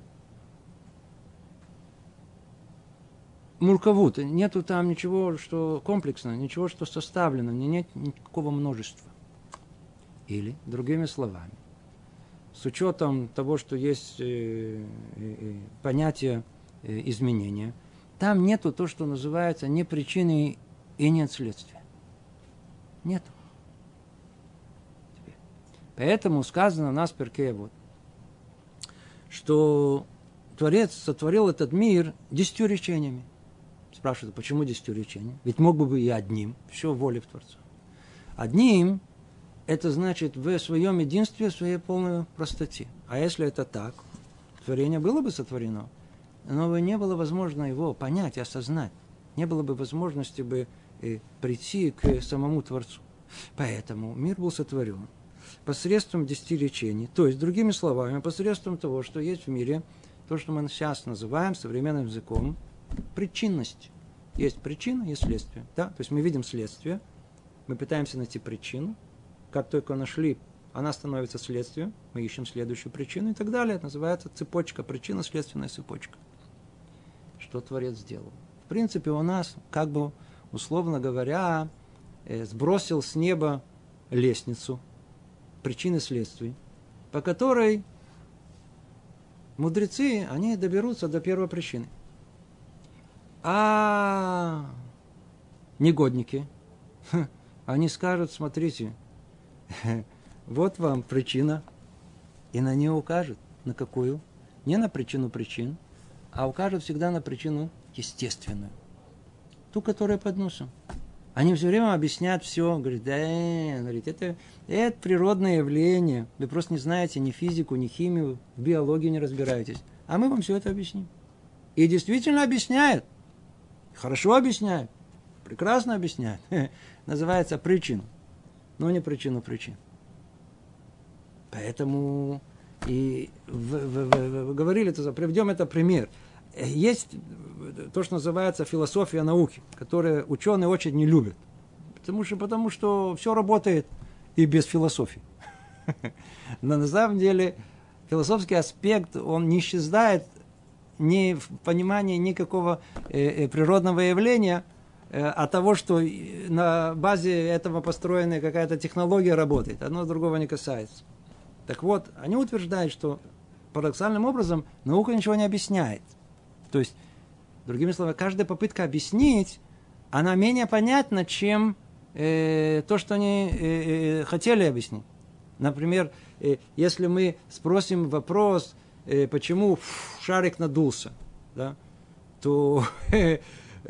мурковута, нету там ничего, что комплексно, ничего, что составлено, нет никакого множества. Или, другими словами, с учетом того, что есть э, э, понятие э, изменения, там нету то, что называется не причины и нет следствия. Нету. Поэтому сказано у нас в Перкее вот, что Творец сотворил этот мир десятью речениями. Спрашивают, почему десятью речениями? Ведь мог бы быть и одним. Все воля в Творца. Одним это значит в своем единстве, в своей полной простоте. А если это так, творение было бы сотворено, но бы не было возможно его понять и осознать. Не было бы возможности бы э, прийти к самому Творцу. Поэтому мир был сотворен посредством десяти речений. То есть, другими словами, посредством того, что есть в мире, то, что мы сейчас называем современным языком причинность. Есть причина, есть следствие. Да? То есть мы видим следствие, мы пытаемся найти причину. Как только нашли, она становится следствием, мы ищем следующую причину и так далее. Это называется цепочка, причинно-следственная цепочка. Что Творец сделал? В принципе, у нас, как бы, условно говоря, сбросил с неба лестницу причин и следствий, по которой мудрецы, они доберутся до первой причины. А негодники, они скажут, смотрите, вот вам причина, и на нее укажут. На какую? Не на причину причин, а укажут всегда на причину естественную. Ту, которая под носом. Они все время объясняют все. Говорят, да, говорит, это, это природное явление. Вы просто не знаете ни физику, ни химию, в биологии не разбираетесь. А мы вам все это объясним. И действительно объясняют. Хорошо объясняют. Прекрасно объясняют. Называется причина. но не причину причин. Поэтому и вы, вы, вы, вы говорили, то, приведем это пример. Есть то, что называется философия науки, которую ученые очень не любят. Потому что, потому что все работает и без философии. Но на самом деле философский аспект, он не исчезает ни в понимании никакого э, э, природного явления, э, от того, что на базе этого построена какая-то технология работает. Одно другого не касается. Так вот, они утверждают, что парадоксальным образом наука ничего не объясняет. То есть, другими словами, каждая попытка объяснить, она менее понятна, чем э, то, что они э, э, хотели объяснить. Например, э, если мы спросим вопрос, э, почему шарик надулся, да, то э,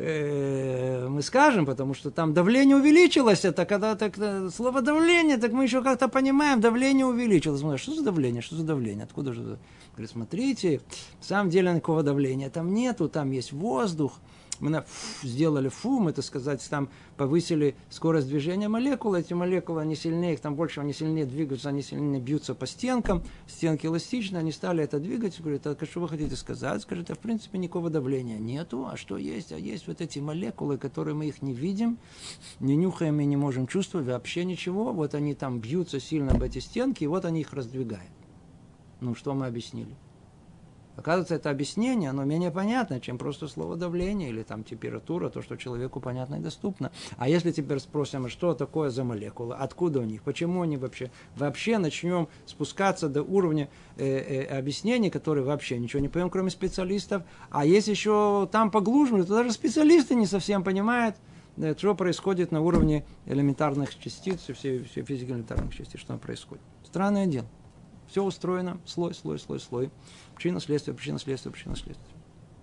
э, мы скажем, потому что там давление увеличилось. Это когда так, слово давление, так мы еще как-то понимаем, давление увеличилось. Мы говорим, что за давление, что за давление, откуда же? Говорит, смотрите, на самом деле никакого давления там нету, там есть воздух. Мы на, фу, сделали фум, это сказать, там повысили скорость движения молекул, эти молекулы, они сильнее, их там больше, они сильнее двигаются, они сильнее бьются по стенкам, стенки эластичны, они стали это двигать, говорят, а что вы хотите сказать? Скажет, а в принципе никакого давления нету, а что есть? А есть вот эти молекулы, которые мы их не видим, не нюхаем и не можем чувствовать, вообще ничего, вот они там бьются сильно об эти стенки, и вот они их раздвигают. Ну, что мы объяснили? Оказывается, это объяснение, оно менее понятно, чем просто слово давление или там температура, то, что человеку понятно и доступно. А если теперь спросим, что такое за молекулы, откуда у них, почему они вообще, вообще начнем спускаться до уровня э, э, объяснений, которые вообще ничего не понимаем, кроме специалистов. А если еще там поглубже, то даже специалисты не совсем понимают, э, что происходит на уровне элементарных частиц, все, все физики элементарных частиц, что там происходит. Странное дело. Все устроено, слой, слой, слой, слой. Причина, следствие, причина, следствие, причина, следствие.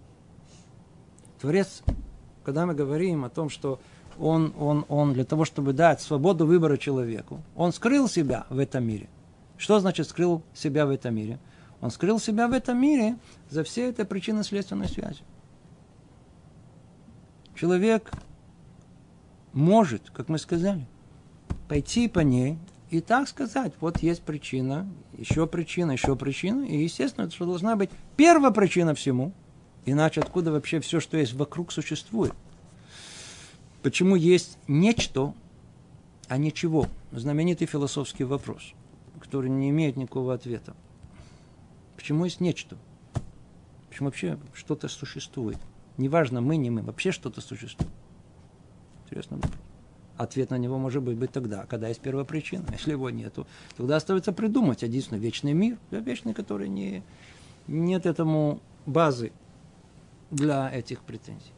Творец, когда мы говорим о том, что он, он, он для того, чтобы дать свободу выбора человеку, он скрыл себя в этом мире. Что значит скрыл себя в этом мире? Он скрыл себя в этом мире за всей этой причинно-следственной связью. Человек может, как мы сказали, пойти по ней, и так сказать, вот есть причина, еще причина, еще причина, и естественно, что должна быть первая причина всему, иначе откуда вообще все, что есть вокруг, существует. Почему есть нечто, а ничего? Знаменитый философский вопрос, который не имеет никакого ответа. Почему есть нечто? Почему вообще что-то существует? Неважно, мы, не мы, вообще что-то существует. Интересный вопрос. Ответ на него может быть, быть тогда, когда есть первая причина. Если его нету, тогда остается придумать единственный вечный мир, вечный, который не, нет этому базы для этих претензий.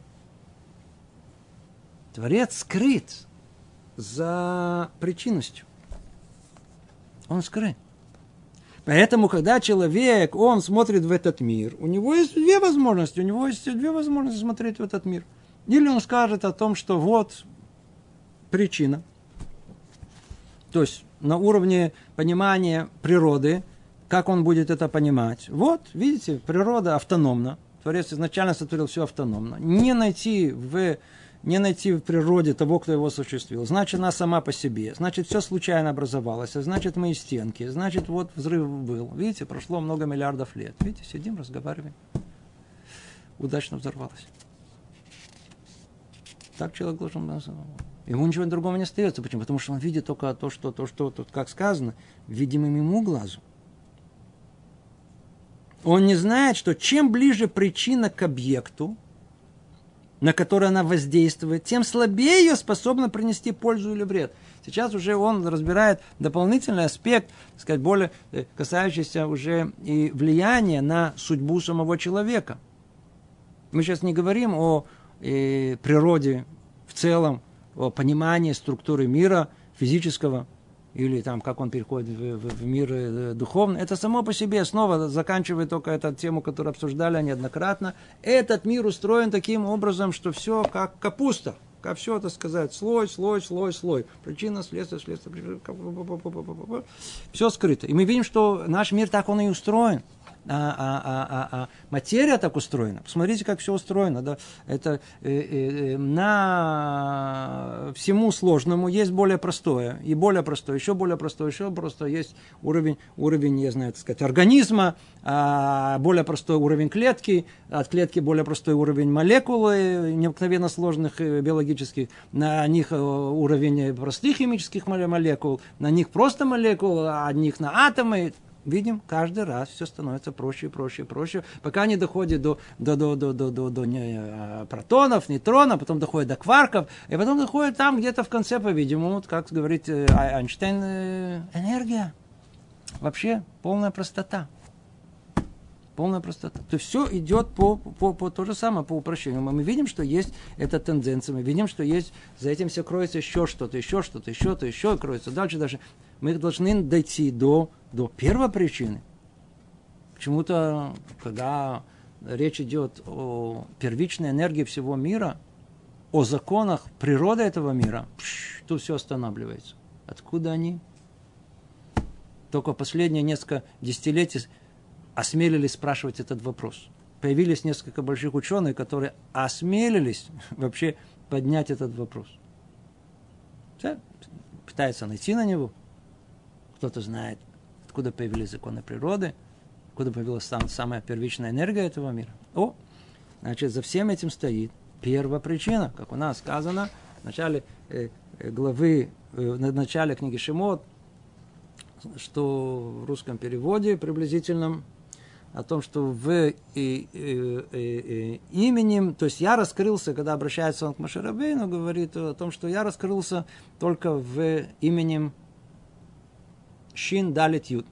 Творец скрыт за причинностью. Он скрыт. Поэтому, когда человек, он смотрит в этот мир, у него есть две возможности. У него есть две возможности смотреть в этот мир. Или он скажет о том, что вот причина. То есть на уровне понимания природы, как он будет это понимать. Вот, видите, природа автономна. Творец изначально сотворил все автономно. Не найти в, не найти в природе того, кто его осуществил. Значит, она сама по себе. Значит, все случайно образовалось. Значит, мы из стенки. Значит, вот взрыв был. Видите, прошло много миллиардов лет. Видите, сидим, разговариваем. Удачно взорвалось. Так человек должен быть. Ему ничего другого не остается. Почему? Потому что он видит только то, что, то, что, то, как сказано, видимым ему глазу. Он не знает, что чем ближе причина к объекту, на который она воздействует, тем слабее ее способна принести пользу или вред. Сейчас уже он разбирает дополнительный аспект, так сказать, более касающийся уже и влияния на судьбу самого человека. Мы сейчас не говорим о э, природе в целом, о понимании структуры мира физического, или там, как он переходит в, в, в мир э, духовный. Это само по себе, снова заканчивая только эту тему, которую обсуждали неоднократно. Этот мир устроен таким образом, что все как капуста. Как все это сказать, слой, слой, слой, слой. Причина, следствие, следствие. Все скрыто. И мы видим, что наш мир так он и устроен. А, а, а, а, а материя так устроена. Посмотрите, как все устроено. Да? Это э, э, на всему сложному есть более простое, и более простое, еще более простое, еще просто есть уровень, уровень, я знаю, так сказать, организма, более простой уровень клетки, от клетки более простой уровень молекул, необыкновенно сложных биологических, на них уровень простых химических молекул, на них просто молекул, а от них на атомы. Видим, каждый раз все становится проще и проще и проще, пока не доходит до, до, до, до, до, до, до не, протонов, нейтронов, потом доходит до кварков, и потом доходит там где-то в конце, по-видимому, вот, как говорит Эйнштейн, энергия. Вообще полная простота. Полная простота. То есть все идет по, по, по то же самое, по упрощению. Мы видим, что есть эта тенденция, мы видим, что есть, за этим все кроется еще что-то, еще что-то, еще что-то, еще кроется, дальше, дальше. Мы должны дойти до, до первопричины. Почему-то, когда речь идет о первичной энергии всего мира, о законах природы этого мира, пш, тут все останавливается. Откуда они? Только последние несколько десятилетий осмелились спрашивать этот вопрос. Появились несколько больших ученых, которые осмелились вообще поднять этот вопрос. Все пытаются найти на него. Кто-то знает, откуда появились законы природы, откуда появилась сам, самая первичная энергия этого мира. О, значит, за всем этим стоит первопричина, как у нас сказано в начале э, главы, э, в начале книги Шемот, что в русском переводе приблизительном, о том, что в э, э, э, э, именем, то есть я раскрылся, когда обращается он к Моше Рабейну, говорит о том, что я раскрылся только в именем Шин Далит Юд.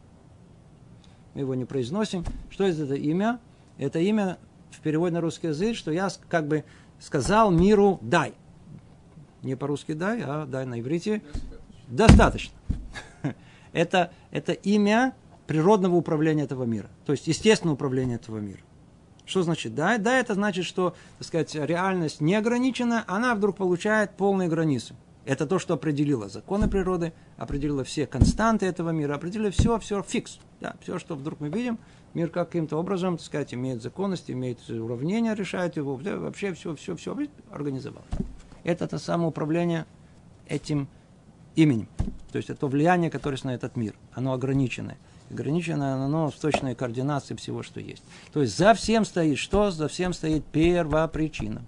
Мы его не произносим. Что это за имя? Это имя в переводе на русский язык, что я как бы сказал миру «дай». Не по-русски «дай», а «дай» на иврите. Достаточно. Это, это имя природного управления этого мира. То есть естественного управления этого мира. Что значит «дай»? «Дай» это значит, что, так сказать, реальность не ограничена, она вдруг получает полные границы. Это то, что определило законы природы, определило все константы этого мира, определило все, все фикс. Да, все, что вдруг мы видим, мир каким-то образом, так сказать, имеет законности, имеет уравнения, решает его, вообще все, все, все организовал. Это то самое управление этим именем. То есть это влияние, которое есть на этот мир. Оно ограниченное. Ограниченное оно в точной координации всего, что есть. То есть за всем стоит что? За всем стоит первопричина.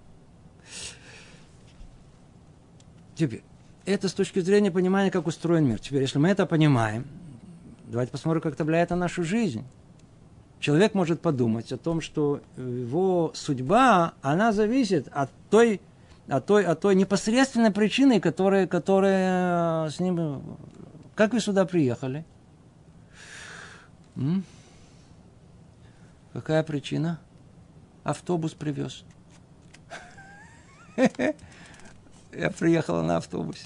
Теперь, это с точки зрения понимания, как устроен мир. Теперь, если мы это понимаем, давайте посмотрим, как это влияет на нашу жизнь. Человек может подумать о том, что его судьба, она зависит от той, от той, от той непосредственной причины, которая, которая с ним... Как вы сюда приехали? М? Какая причина? Автобус привез. Я приехала на автобусе.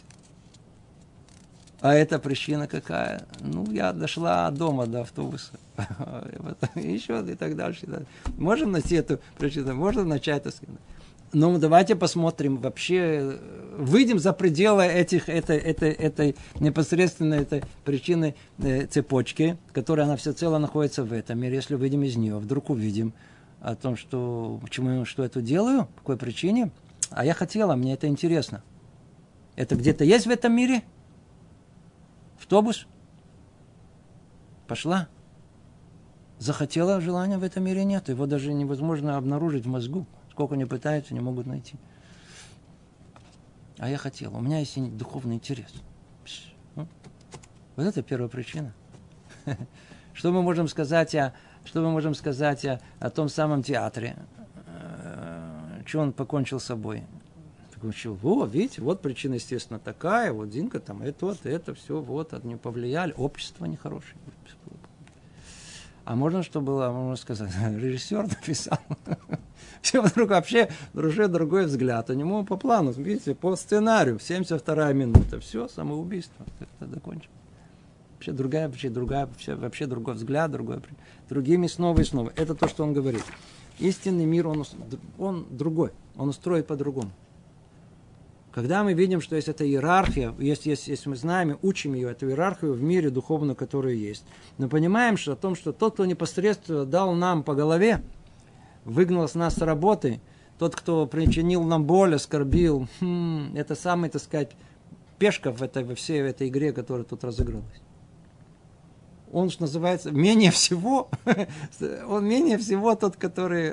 А эта причина какая? Ну, я дошла от дома до автобуса. Еще и так дальше. Можем найти эту причину, можно начать. Но давайте посмотрим вообще, выйдем за пределы этих, этой, этой, этой непосредственной этой причины э, цепочки, которая она всецело находится в этом мире. Если выйдем из нее, вдруг увидим о том, что, почему, что я тут делаю, по какой причине. А я хотела, мне это интересно. Это где-то есть в этом мире? Автобус? Пошла? Захотела, желания в этом мире нет. Его даже невозможно обнаружить в мозгу. Сколько они пытаются, не могут найти. А я хотела. У меня есть духовный интерес. Вот это первая причина. Что мы можем сказать о, что мы можем сказать о, о том самом театре? Что он покончил с собой? Покончил. О, видите, вот причина, естественно, такая. Вот Динка там, это вот, это все, вот, они повлияли. Общество нехорошее. А можно, что было, можно сказать, режиссер написал. Все вдруг вообще уже другой взгляд. У него по плану, видите, по сценарию, семьдесят вторая минута. Все, самоубийство. Это закончено. Вообще другая, вообще другая, вообще, вообще другой взгляд, другой, другими снова и снова. Это то, что он говорит. Истинный мир, он, он другой. Он устроен по-другому. Когда мы видим, что есть эта иерархия, есть, есть, если мы знаем и учим ее, эту иерархию в мире духовную, которая есть, мы понимаем, что о том, что тот, кто непосредственно дал нам по голове, выгнал с нас с работы, тот, кто причинил нам боль, оскорбил, хм, это самый, так сказать, пешка в этой, во всей этой игре, которая тут разыгралась. Он, что называется, менее всего, он менее всего тот, который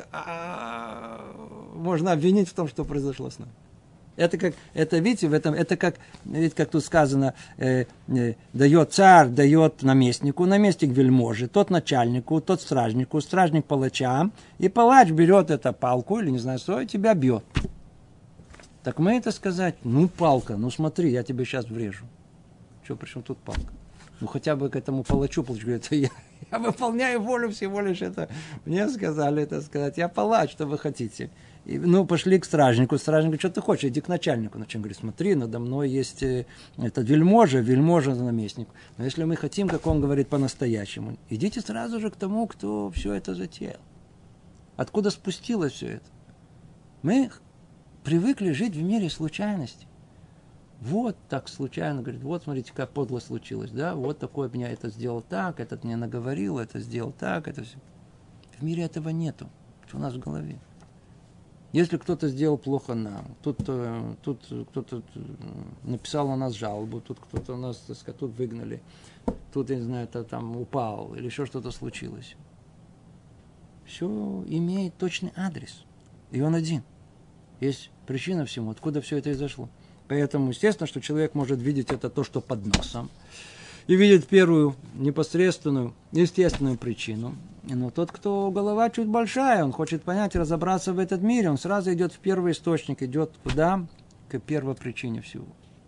можно обвинить в том, что произошло с нами. Это как, это, видите, в этом, это как, видите, как тут сказано, э, э, дает царь, дает наместнику, наместник вельможи, тот начальнику, тот стражнику, стражник палача, и палач берет эту палку, или не знаю что, и тебя бьет. Так мы это сказать, ну палка, ну смотри, я тебе сейчас врежу. Что, при чем тут палка? Ну хотя бы к этому палачу, палач говорит, я, я выполняю волю всего лишь это. Мне сказали это сказать, я палач, что вы хотите. И, ну, пошли к стражнику. Стражник говорит, что ты хочешь, иди к начальнику. Начальник говорит, смотри, надо мной есть э, этот вельможа, вельможа наместник. Но если мы хотим, как он говорит, по-настоящему, идите сразу же к тому, кто все это затеял. Откуда спустилось все это? Мы привыкли жить в мире случайностей. Вот так случайно, говорит, вот смотрите, как подло случилось, да, вот такое меня это сделал так, этот мне наговорил, это сделал так, это все. В мире этого нету, что у нас в голове. Если кто-то сделал плохо нам, тут, тут кто-то написал на нас жалобу, тут кто-то нас, так сказать, тут выгнали, тут, я не знаю, это там упал, или еще что-то случилось. Все имеет точный адрес, и он один. Есть причина всему, откуда все это произошло. Поэтому, естественно, что человек может видеть это то, что под носом, и видит первую непосредственную, естественную причину. Но тот, кто голова чуть большая, он хочет понять, разобраться в этом мире, он сразу идет в первый источник, идет куда? К первопричине всего.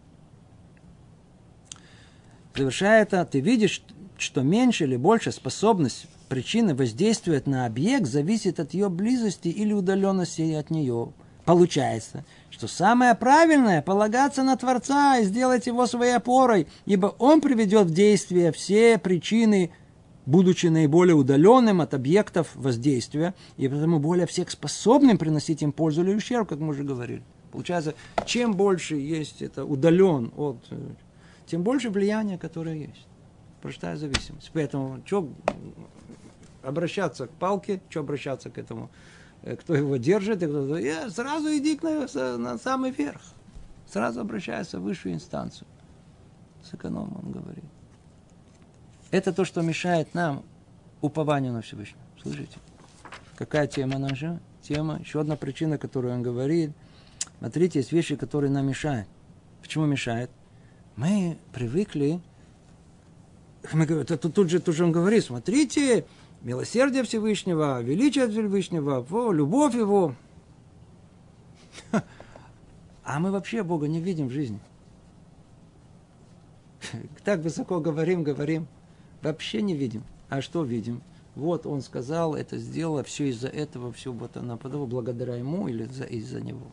Завершая это, ты видишь, что меньше или больше способность причины воздействовать на объект зависит от ее близости или удаленности от нее. Получается, что самое правильное – полагаться на Творца и сделать его своей опорой, ибо он приведет в действие все причины, будучи наиболее удаленным от объектов воздействия, и потому более всех способным приносить им пользу или ущерб, как мы уже говорили. Получается, чем больше есть это удален от, тем больше влияния, которое есть. Простая зависимость. Поэтому, что обращаться к палке, что обращаться к этому, кто его держит, и кто, и сразу иди на, на самый верх. Сразу обращайся в высшую инстанцию. С экономом, он говорит. Это то, что мешает нам упованию на Всевышнего. Слышите? Какая тема наша? Тема, еще одна причина, которую он говорит. Смотрите, есть вещи, которые нам мешают. Почему мешают? Мы привыкли, мы говорим, тут, тут, же, тут же он говорит, смотрите, милосердие Всевышнего, величие Всевышнего, о, любовь Его. А мы вообще Бога не видим в жизни. Так высоко говорим, говорим, вообще не видим. А что видим? Вот он сказал, это сделал, все из-за этого, все вот она подала, благодаря ему или за, из-за него.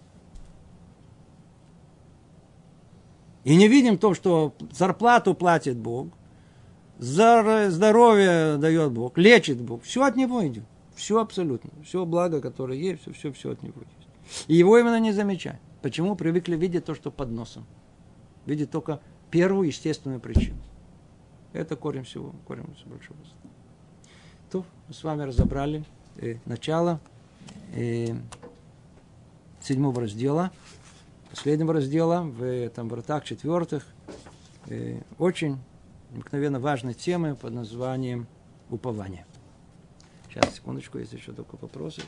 И не видим то, что зарплату платит Бог, здоровье дает Бог, лечит Бог. Все от Него идет. Все абсолютно. Все благо, которое есть, все, все, все от Него есть. И Его именно не замечать. Почему? Привыкли видеть то, что под носом. Видеть только первую естественную причину. Это корень всего, корень большого. То мы с вами разобрали э, начало э, седьмого раздела, последнего раздела, в этом вратах четвертых, э, очень обыкновенно важной темы под названием упование. Сейчас, секундочку, есть еще только вопросы.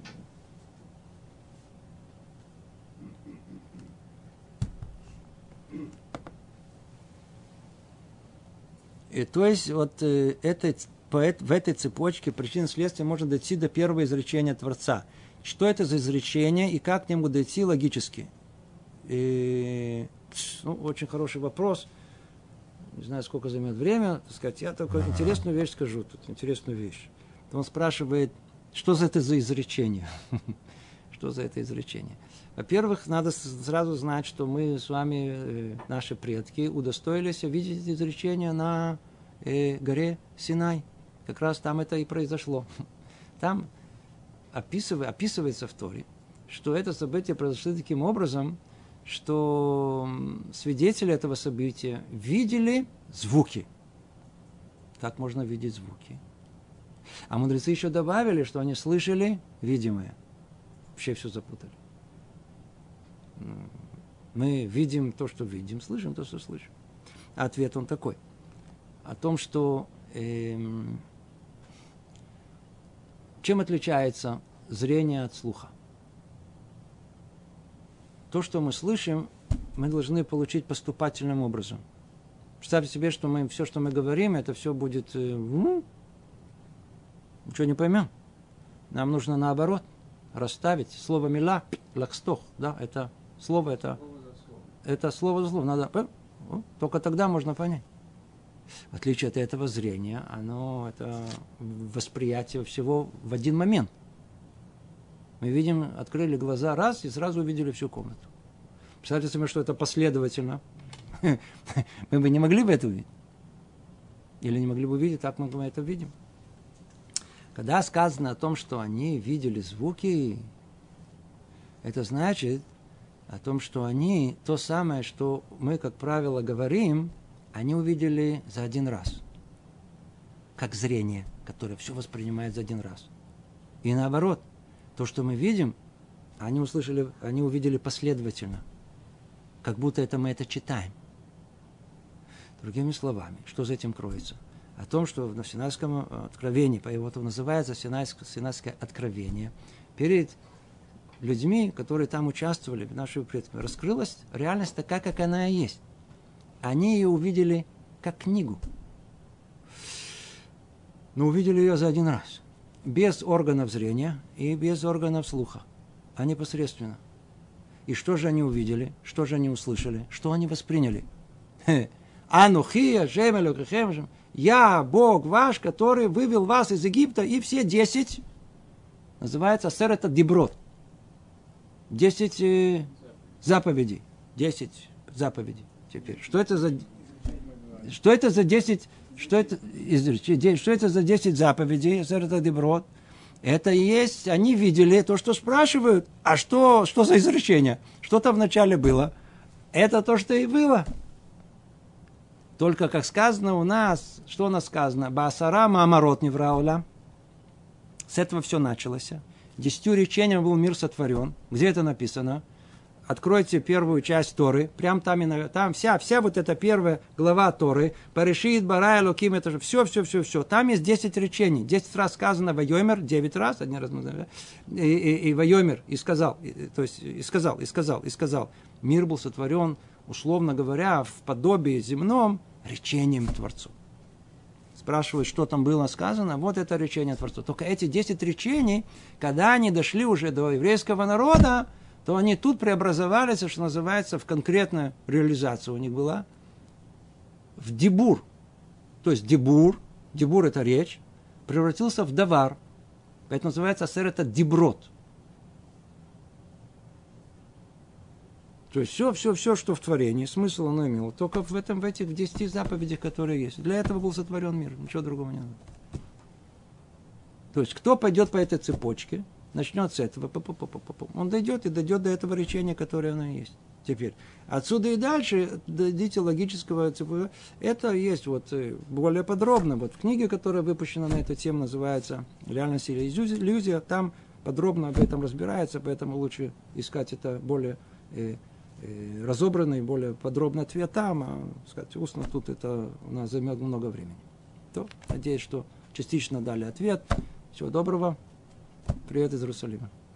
И, то есть, вот э, этой, по, в этой цепочке причин следствия можно дойти до первого изречения Творца. Что это за изречение и как к нему дойти логически? И, ну, очень хороший вопрос. Не знаю, сколько займет время, так сказать. Я только интересную вещь скажу тут, интересную вещь. Он спрашивает, что за это за изречение? Что за это изречение? Во-первых, надо сразу знать, что мы с вами, наши предки, удостоились видеть изречение на э, горе Синай. Как раз там это и произошло. Там описывает, описывается в Торе, что это событие произошло таким образом, что свидетели этого события видели звуки. Как можно видеть звуки? А мудрецы еще добавили, что они слышали видимое. вообще все запутали. Мы видим то, что видим, слышим то, что слышим. А ответ он такой. О том, что эм, чем отличается зрение от слуха. То, что мы слышим, мы должны получить поступательным образом. Представьте себе, что мы, все, что мы говорим, это все будет... Э, ну, ничего не поймем. Нам нужно наоборот расставить слово «мила», «лакстох». Да, это слово, это слово за слово. Это слово за слово. Надо, только тогда можно понять. В отличие от этого зрения, оно это восприятие всего в один момент. Мы видим, открыли глаза раз и сразу увидели всю комнату. Представьте себе, что это последовательно. Мы бы не могли бы это увидеть. Или не могли бы увидеть, так мы это видим. Когда сказано о том, что они видели звуки, это значит о том, что они, то самое, что мы, как правило, говорим, они увидели за один раз. Как зрение, которое все воспринимает за один раз. И наоборот, то, что мы видим, они услышали, они увидели последовательно. Как будто это мы это читаем. Другими словами, что за этим кроется? О том, что в Синайском откровении, по его называется Синайское, Синайское откровение, перед людьми, которые там участвовали, нашими предками, раскрылась реальность такая, как она и есть. Они ее увидели как книгу. Но увидели ее за один раз. Без органов зрения и без органов слуха. А непосредственно. И что же они увидели? Что же они услышали? Что они восприняли? Анухия, Жемелюкахем, я, Бог ваш, который вывел вас из Египта, и все десять, называется Серета Диброт. Десять э, заповедей. Десять заповедей. Теперь, что это за... Что это за десять... Что это, что это за десять заповедей, Серета Диброт? Это и есть, они видели то, что спрашивают. А что, что за изречение? Что там вначале было? Это то, что и было. Только, как сказано у нас, что у нас сказано? Баасара маамарот неврауля. С этого все началось. Десятью речением был мир сотворен. Где это написано? Откройте первую часть Торы. Прям там, там вся, вся вот эта первая глава Торы. Парешит, Барай, Луким, это же все, все, все, все. Там есть десять речений. Десять раз сказано Вайомер, девять раз, один раз, и, и, и Вайомер, и сказал, и, то есть, и сказал, и сказал, и сказал. Мир был сотворен, условно говоря, в подобии земном речением Творцу. Спрашивают, что там было сказано, вот это речение Творцу. Только эти десять речений, когда они дошли уже до еврейского народа, то они тут преобразовались, что называется, в конкретную реализацию у них была. В дибур. То есть дибур, дибур это речь, превратился в давар. Поэтому называется асер это диброт. То есть все, все, все, что в творении, смысл оно имело. Только в этом, в этих десяти заповедях, которые есть. Для этого был сотворен мир. Ничего другого не надо. То есть кто пойдет по этой цепочке, начнет с этого, он дойдет и дойдет до этого речения, которое оно есть. Теперь, отсюда и дальше, дойдите логического, это есть вот более подробно. Вот в книге, которая выпущена на эту тему, называется «Реальность или иллюзия», там подробно об этом разбирается, поэтому лучше искать это более э, э, разобранный, более подробный ответ там, а сказать, устно тут это у нас займет много времени. То, надеюсь, что частично дали ответ. Всего доброго. Привет из Иерусалима.